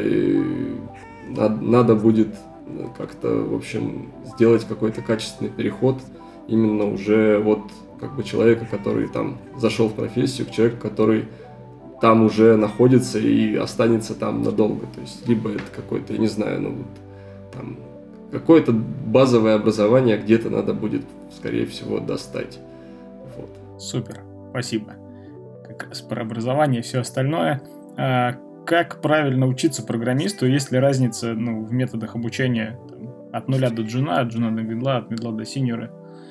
надо, надо будет как-то, в общем, сделать какой-то качественный переход именно уже вот как бы человека, который там зашел в профессию, к человеку, который там уже находится и останется там надолго. То есть, либо это какой-то, я не знаю, ну, вот, там, какое-то базовое образование где-то надо будет, скорее всего, достать. Вот. Супер, спасибо. Как раз про образование и все остальное. А как правильно учиться программисту, есть ли разница, ну, в методах обучения там, от нуля до джуна, от джуна до мидла, от мидла до синьора?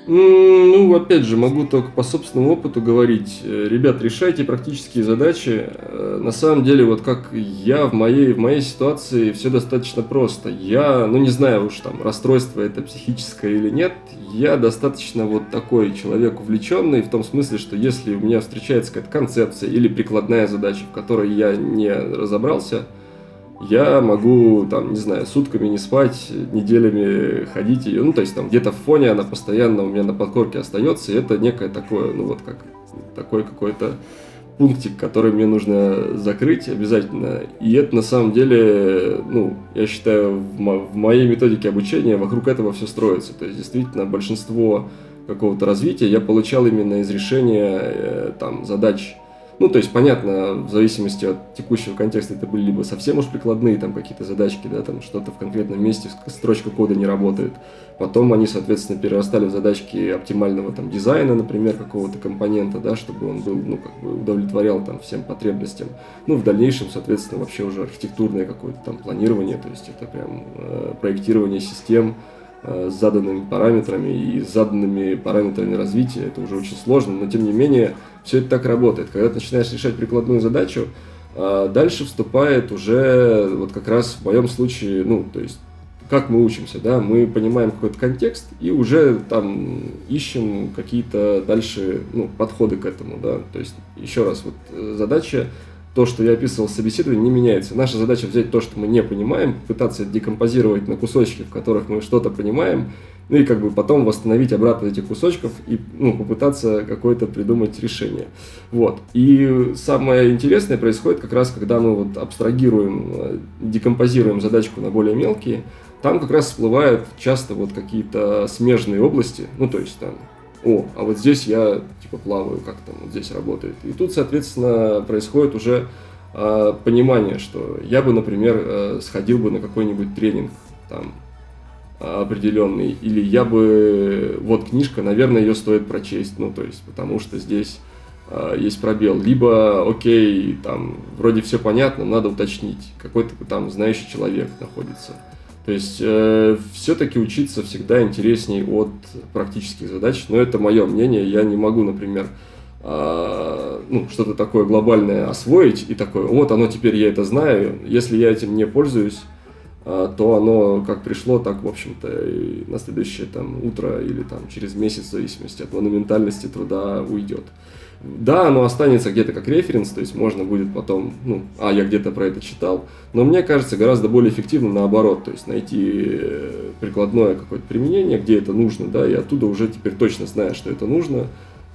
Ну, опять же, могу только по собственному опыту говорить. Ребят, решайте практические задачи. На самом деле, вот как я в моей, в моей ситуации, все достаточно просто. Я, ну не знаю уж там, расстройство это психическое или нет, я достаточно вот такой человек увлеченный, в том смысле, что если у меня встречается какая-то концепция или прикладная задача, в которой я не разобрался, я могу, там, не знаю, сутками не спать, неделями ходить ее, ну, то есть там где-то в фоне она постоянно у меня на подкорке остается, и это некое такое, ну, вот как такой какой-то пунктик, который мне нужно закрыть обязательно, и это на самом деле, ну, я считаю, в, мо- в моей методике обучения вокруг этого все строится, то есть действительно большинство какого-то развития я получал именно из решения, э, там, задач. Ну, то есть, понятно, в зависимости от текущего контекста это были либо совсем уж прикладные там какие-то задачки, да, там что-то в конкретном месте, строчка кода не работает. Потом они, соответственно, перерастали в задачки оптимального там дизайна, например, какого-то компонента, да, чтобы он был, ну, как бы удовлетворял там всем потребностям. Ну, в дальнейшем, соответственно, вообще уже архитектурное какое-то там планирование, то есть это прям э, проектирование систем э, с заданными параметрами и с заданными параметрами развития. Это уже очень сложно, но тем не менее все это так работает. Когда ты начинаешь решать прикладную задачу, дальше вступает уже, вот как раз в моем случае, ну, то есть, как мы учимся, да, мы понимаем какой-то контекст и уже там ищем какие-то дальше, ну, подходы к этому, да, то есть, еще раз, вот задача, то, что я описывал в собеседовании, не меняется. Наша задача взять то, что мы не понимаем, пытаться это декомпозировать на кусочки, в которых мы что-то понимаем, ну и как бы потом восстановить обратно этих кусочков и, ну, попытаться какое-то придумать решение. Вот. И самое интересное происходит как раз, когда мы вот абстрагируем, декомпозируем задачку на более мелкие, там как раз всплывают часто вот какие-то смежные области, ну то есть там, о, а вот здесь я типа плаваю, как там вот здесь работает. И тут, соответственно, происходит уже э, понимание, что я бы, например, э, сходил бы на какой-нибудь тренинг там определенный, или я бы, вот книжка, наверное, ее стоит прочесть, ну, то есть, потому что здесь э, есть пробел, либо, окей, там, вроде все понятно, надо уточнить, какой-то там знающий человек находится. То есть, э, все-таки учиться всегда интересней от практических задач, но это мое мнение, я не могу, например, э, ну, что-то такое глобальное освоить, и такое, вот оно теперь я это знаю, если я этим не пользуюсь, то оно как пришло, так, в общем-то, и на следующее там, утро или там, через месяц, в зависимости от монументальности труда, уйдет. Да, оно останется где-то как референс, то есть можно будет потом, ну, а, я где-то про это читал, но мне кажется, гораздо более эффективно наоборот, то есть найти прикладное какое-то применение, где это нужно, да, и оттуда уже теперь точно зная, что это нужно,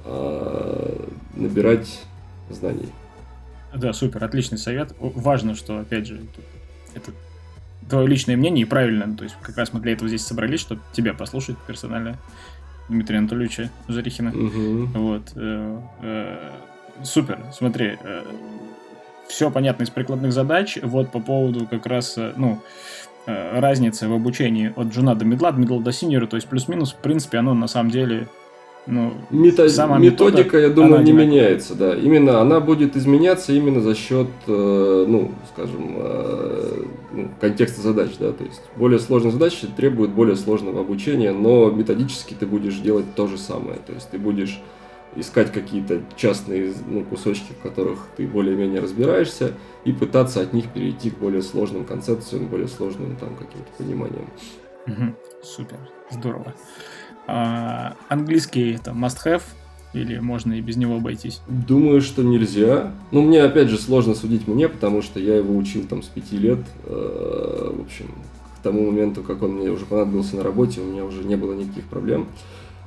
набирать знаний. Да, супер, отличный совет. Важно, что, опять же, это твое личное мнение и правильно, то есть как раз мы для этого здесь собрались, чтобы тебя послушать персонально, Дмитрия Анатольевича Жарихина. Угу. Вот. Э, э, супер, смотри, э, все понятно из прикладных задач, вот по поводу как раз, э, ну, э, разницы в обучении от джуна до мидла, от мидла до синьора, то есть плюс-минус, в принципе, оно на самом деле... Ну, Мето... сама методика, метода, я думаю, не одинаковая. меняется, да. Именно она будет изменяться именно за счет, э, ну, скажем, э, ну, контекста задач, да. То есть более сложные задачи требуют более сложного обучения, но методически ты будешь делать то же самое. То есть ты будешь искать какие-то частные, ну, кусочки, в которых ты более-менее разбираешься, и пытаться от них перейти к более сложным концепциям, более сложным там каким-то пониманиям. Угу. Супер, здорово. А, английский это must-have или можно и без него обойтись? Думаю, что нельзя. Ну, мне, опять же, сложно судить мне, потому что я его учил там с пяти лет. Э, в общем, к тому моменту, как он мне уже понадобился на работе, у меня уже не было никаких проблем.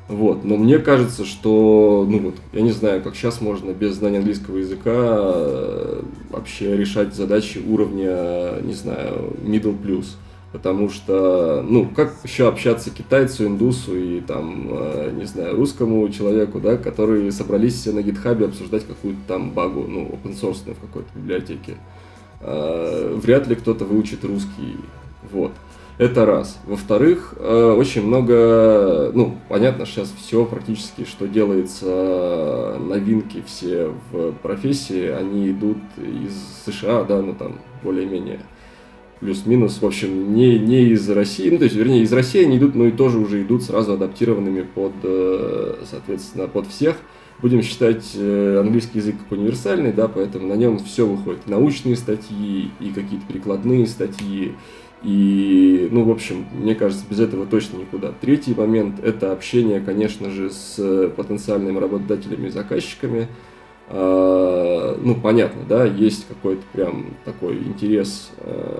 Вот. Но мне кажется, что, ну вот, я не знаю, как сейчас можно без знания английского языка вообще решать задачи уровня, не знаю, middle plus. Потому что, ну, как еще общаться китайцу, индусу и там, не знаю, русскому человеку, да, которые собрались все на гитхабе обсуждать какую-то там багу, ну, open-source в какой-то библиотеке. Вряд ли кто-то выучит русский, вот. Это раз. Во-вторых, очень много, ну, понятно, сейчас все практически, что делается, новинки все в профессии, они идут из США, да, ну, там, более-менее, плюс-минус, в общем, не, не из России, ну, то есть, вернее, из России они идут, но и тоже уже идут сразу адаптированными под, соответственно, под всех. Будем считать английский язык как универсальный, да, поэтому на нем все выходит. Научные статьи и какие-то прикладные статьи. И, ну, в общем, мне кажется, без этого точно никуда. Третий момент – это общение, конечно же, с потенциальными работодателями и заказчиками. А, ну, понятно, да, есть какой-то прям такой интерес,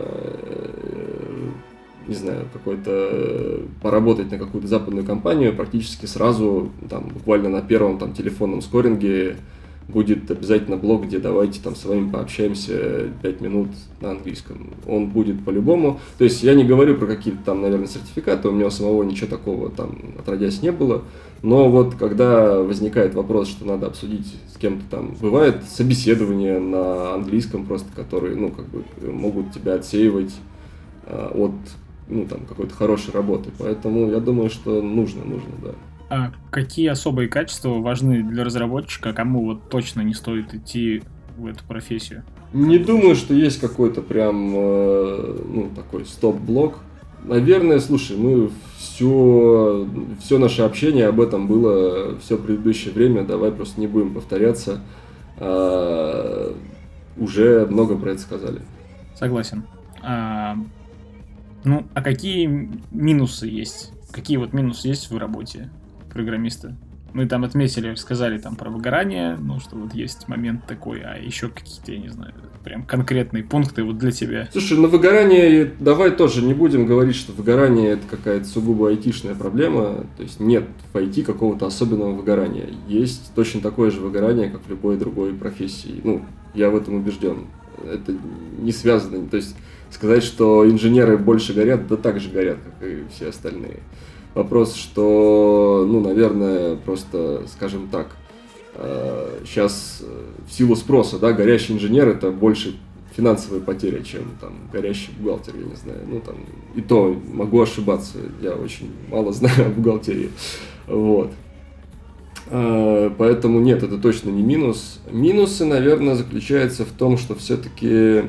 не знаю, какой-то поработать на какую-то западную компанию практически сразу, там, буквально на первом там телефонном скоринге будет обязательно блог, где давайте там с вами пообщаемся пять минут на английском. Он будет по-любому. То есть я не говорю про какие-то там, наверное, сертификаты, у меня у самого ничего такого там отродясь не было. Но вот когда возникает вопрос, что надо обсудить с кем-то там, бывает собеседования на английском просто, которые, ну, как бы могут тебя отсеивать а, от, ну, там, какой-то хорошей работы. Поэтому я думаю, что нужно, нужно, да. А какие особые качества важны для разработчика, кому вот точно не стоит идти в эту профессию? Не думаю, что есть какой-то прям, ну, такой стоп-блок. Наверное, слушай, мы все, все наше общение об этом было все предыдущее время, давай просто не будем повторяться. А, уже много про это сказали. Согласен. А, ну, а какие минусы есть? Какие вот минусы есть в работе программиста? Мы там отметили, сказали там про выгорание, ну, что вот есть момент такой, а еще какие-то, я не знаю, прям конкретные пункты вот для тебя. Слушай, на выгорание давай тоже не будем говорить, что выгорание это какая-то сугубо айтишная проблема, то есть нет в ай ти какого-то особенного выгорания. Есть точно такое же выгорание, как в любой другой профессии. Ну, я в этом убежден. Это не связано, то есть сказать, что инженеры больше горят, да так же горят, как и все остальные. Вопрос, что, ну, наверное, просто, скажем так, сейчас в силу спроса, да, горящий инженер – это больше финансовая потеря, чем там горящий бухгалтер, я не знаю. Ну, там, и то могу ошибаться, я очень мало знаю о бухгалтерии. Вот. Поэтому нет, это точно не минус. Минусы, наверное, заключаются в том, что все-таки,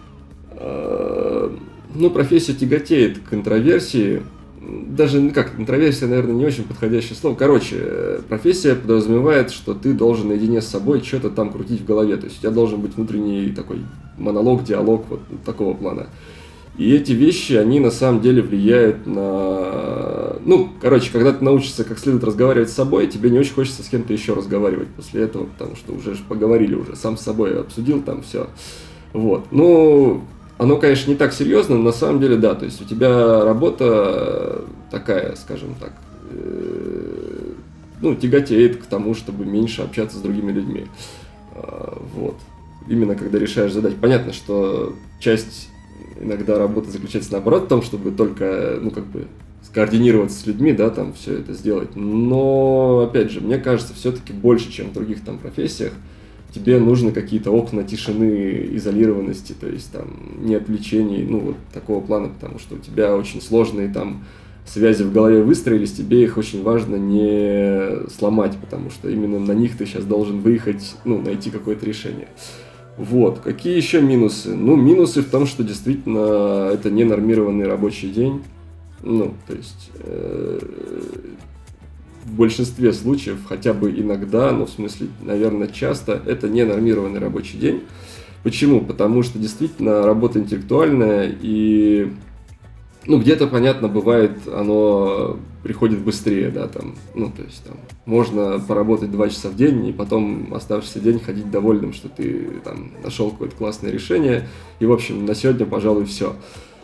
ну, профессия тяготеет к интроверсии. Даже, ну как, интроверсия, наверное, не очень подходящее слово. Короче, профессия подразумевает, что ты должен наедине с собой что-то там крутить в голове. То есть у тебя должен быть внутренний такой монолог, диалог вот такого плана. И эти вещи, они на самом деле влияют на... Ну, короче, когда ты научишься как следует разговаривать с собой, тебе не очень хочется с кем-то еще разговаривать после этого, потому что уже поговорили уже, сам с собой обсудил там все. Вот. Ну... Оно, конечно, не так серьезно, но на самом деле, да, то есть у тебя работа такая, скажем так, э, ну, тяготеет к тому, чтобы меньше общаться с другими людьми. Э, вот. Именно когда решаешь задачи. Понятно, что часть иногда работы заключается наоборот в том, чтобы только, ну, как бы, скоординироваться с людьми, да, там, все это сделать. Но, опять же, мне кажется, все-таки больше, чем в других там профессиях, тебе нужны какие-то окна тишины, изолированности, то есть там не отвлечений, ну вот такого плана, потому что у тебя очень сложные там связи в голове выстроились, тебе их очень важно не сломать, потому что именно на них ты сейчас должен выехать, ну, найти какое-то решение. Вот. Какие еще минусы? Ну, минусы в том, что действительно это не нормированный рабочий день, ну, то есть... Э- В большинстве случаев, хотя бы иногда, но в смысле, наверное, часто, это не нормированный рабочий день. Почему? Потому что действительно работа интеллектуальная и, ну, где-то, понятно, бывает, оно приходит быстрее, да, там, ну, то есть там можно поработать два часа в день и потом оставшийся день ходить довольным, что ты там нашел какое-то классное решение. И, в общем, на сегодня, пожалуй, все.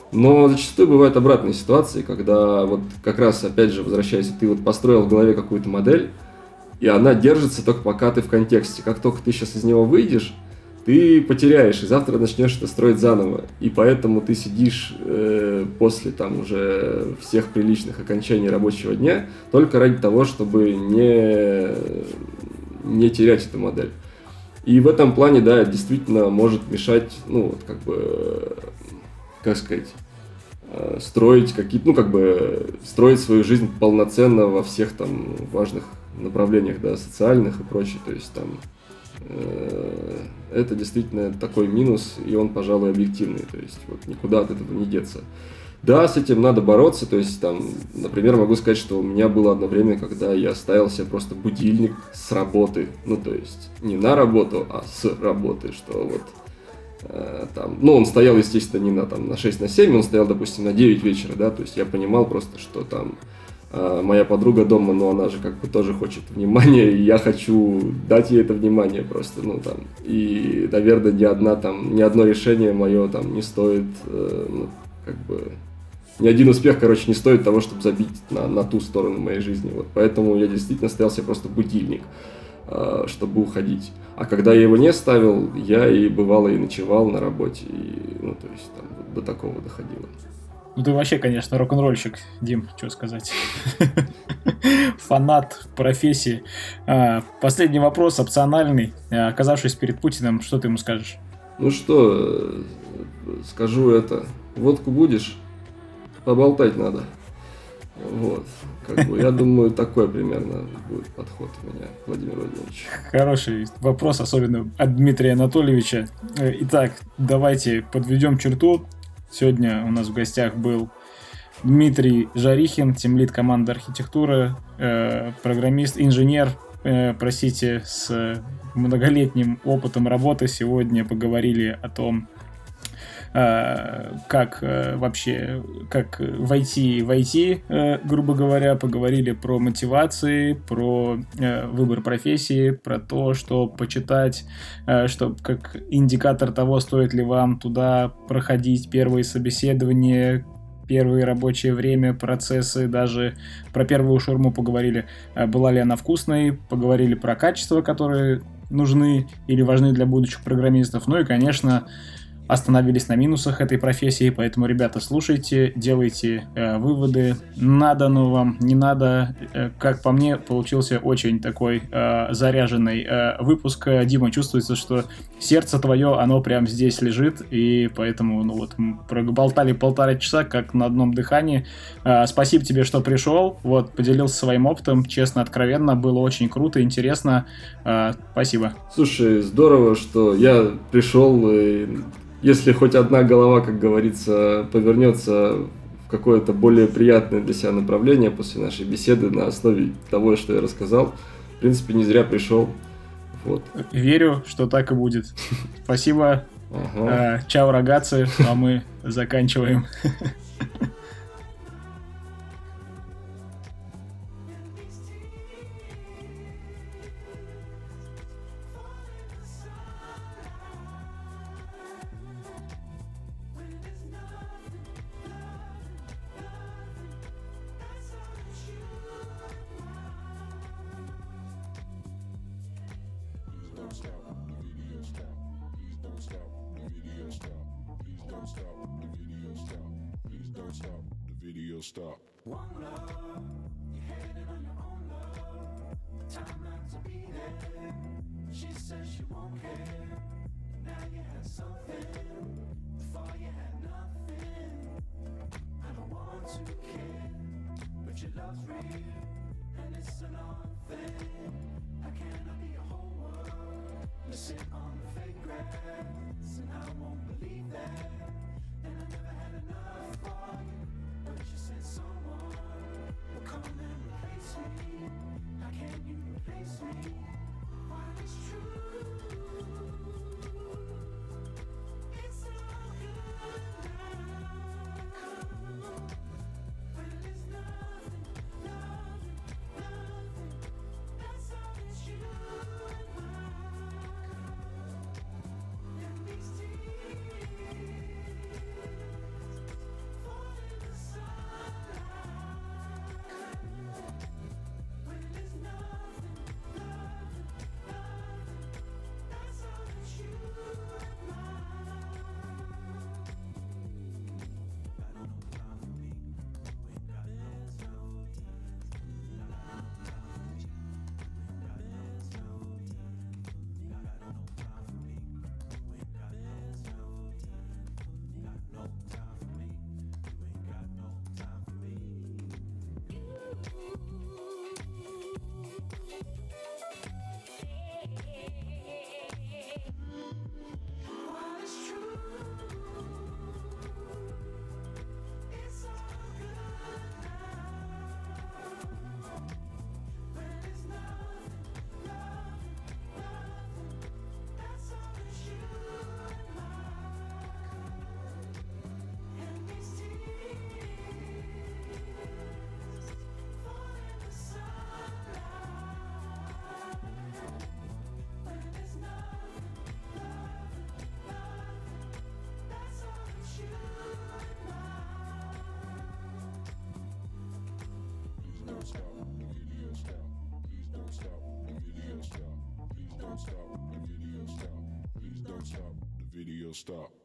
Но зачастую бывают обратные ситуации, когда вот как раз, опять же, возвращаясь, ты вот построил в голове какую-то модель, и она держится только пока ты в контексте. Как только ты сейчас из него выйдешь, ты потеряешь, и завтра начнешь это строить заново. И поэтому ты сидишь э, после там уже всех приличных окончаний рабочего дня только ради того, чтобы не, не терять эту модель. И в этом плане, да, действительно может мешать, ну, вот как бы, как сказать, строить какие-то, ну, как бы, строить свою жизнь полноценно во всех там важных направлениях, да, социальных и прочее, то есть там э, это действительно такой минус, и он, пожалуй, объективный, то есть вот никуда от этого не деться. Да, с этим надо бороться, то есть там, например, могу сказать, что у меня было одно время, когда я ставил себе просто будильник с работы, ну, то есть не на работу, а с работы, что вот там, ну, он стоял, естественно, не на, там, на шесть, на семь, он стоял, допустим, на девять вечера, да, то есть я понимал просто, что там э, моя подруга дома, но она же как бы тоже хочет внимания, и я хочу дать ей это внимание просто, ну, там, и, наверное, ни одна, там, ни одно решение мое, там, не стоит, э, ну, как бы, ни один успех, короче, не стоит того, чтобы забить на, на ту сторону моей жизни, вот, поэтому я действительно ставил себе просто будильник, э, чтобы уходить. А когда я его не ставил, я и бывало и ночевал на работе, и, ну, то есть там до такого доходило. Ну, ты вообще, конечно, рок-н-ролльщик, Дим, что сказать. Фанат профессии. Последний вопрос, опциональный. Оказавшись перед Путиным, что ты ему скажешь? Ну что, скажу это. Водку будешь? Поболтать надо. Вот. Как бы, я думаю, такой примерно будет подход у меня, Владимир Владимирович. Хороший вопрос, особенно от Дмитрия Анатольевича. Итак, давайте подведем черту. Сегодня у нас в гостях был Дмитрий Жарихин, тимлид команды архитектуры, э, программист, инженер, э, простите, с многолетним опытом работы. Сегодня поговорили о том, как вообще, как войти в ай ти, грубо говоря, поговорили про мотивации, про выбор профессии, про то, что почитать, что как индикатор того, стоит ли вам туда проходить первые собеседования, первое рабочее время, процессы, даже про первую шаурму поговорили, была ли она вкусной, поговорили про качества, которые нужны или важны для будущих программистов, ну и, конечно, остановились на минусах этой профессии, поэтому, ребята, слушайте, делайте э, выводы, надо оно вам, не надо. Э, как по мне, получился очень такой э, заряженный э, выпуск. Дима, чувствуется, что сердце твое, оно прям здесь лежит, и поэтому, ну вот, мы проболтали полтора часа, как на одном дыхании. Э, спасибо тебе, что пришел, вот, поделился своим опытом, честно, откровенно, было очень круто, интересно. Э, спасибо. Слушай, здорово, что я пришел, и если хоть одна голова, как говорится, повернется в какое-то более приятное для себя направление после нашей беседы на основе того, что я рассказал, в принципе, не зря пришел. Вот. Верю, что так и будет. Спасибо. Ага. Чао, рогатцы, а мы заканчиваем. Stop. One love, you're heading on your own love. Time not to be there. She says she won't care. Now you had something. Before you had nothing. I don't want to care, but your love's real, and it's an odd thing. I cannot be a whole world. You sit on the fake grass, and I won't believe that. And I never had enough for you. But you said someone will come and replace me. How can you replace me? Why it's true. It's all good now. When there's nothing, nothing, nothing. That's all it's you and I. And these tears. stop. The video stop. Please don't stop. The video stop.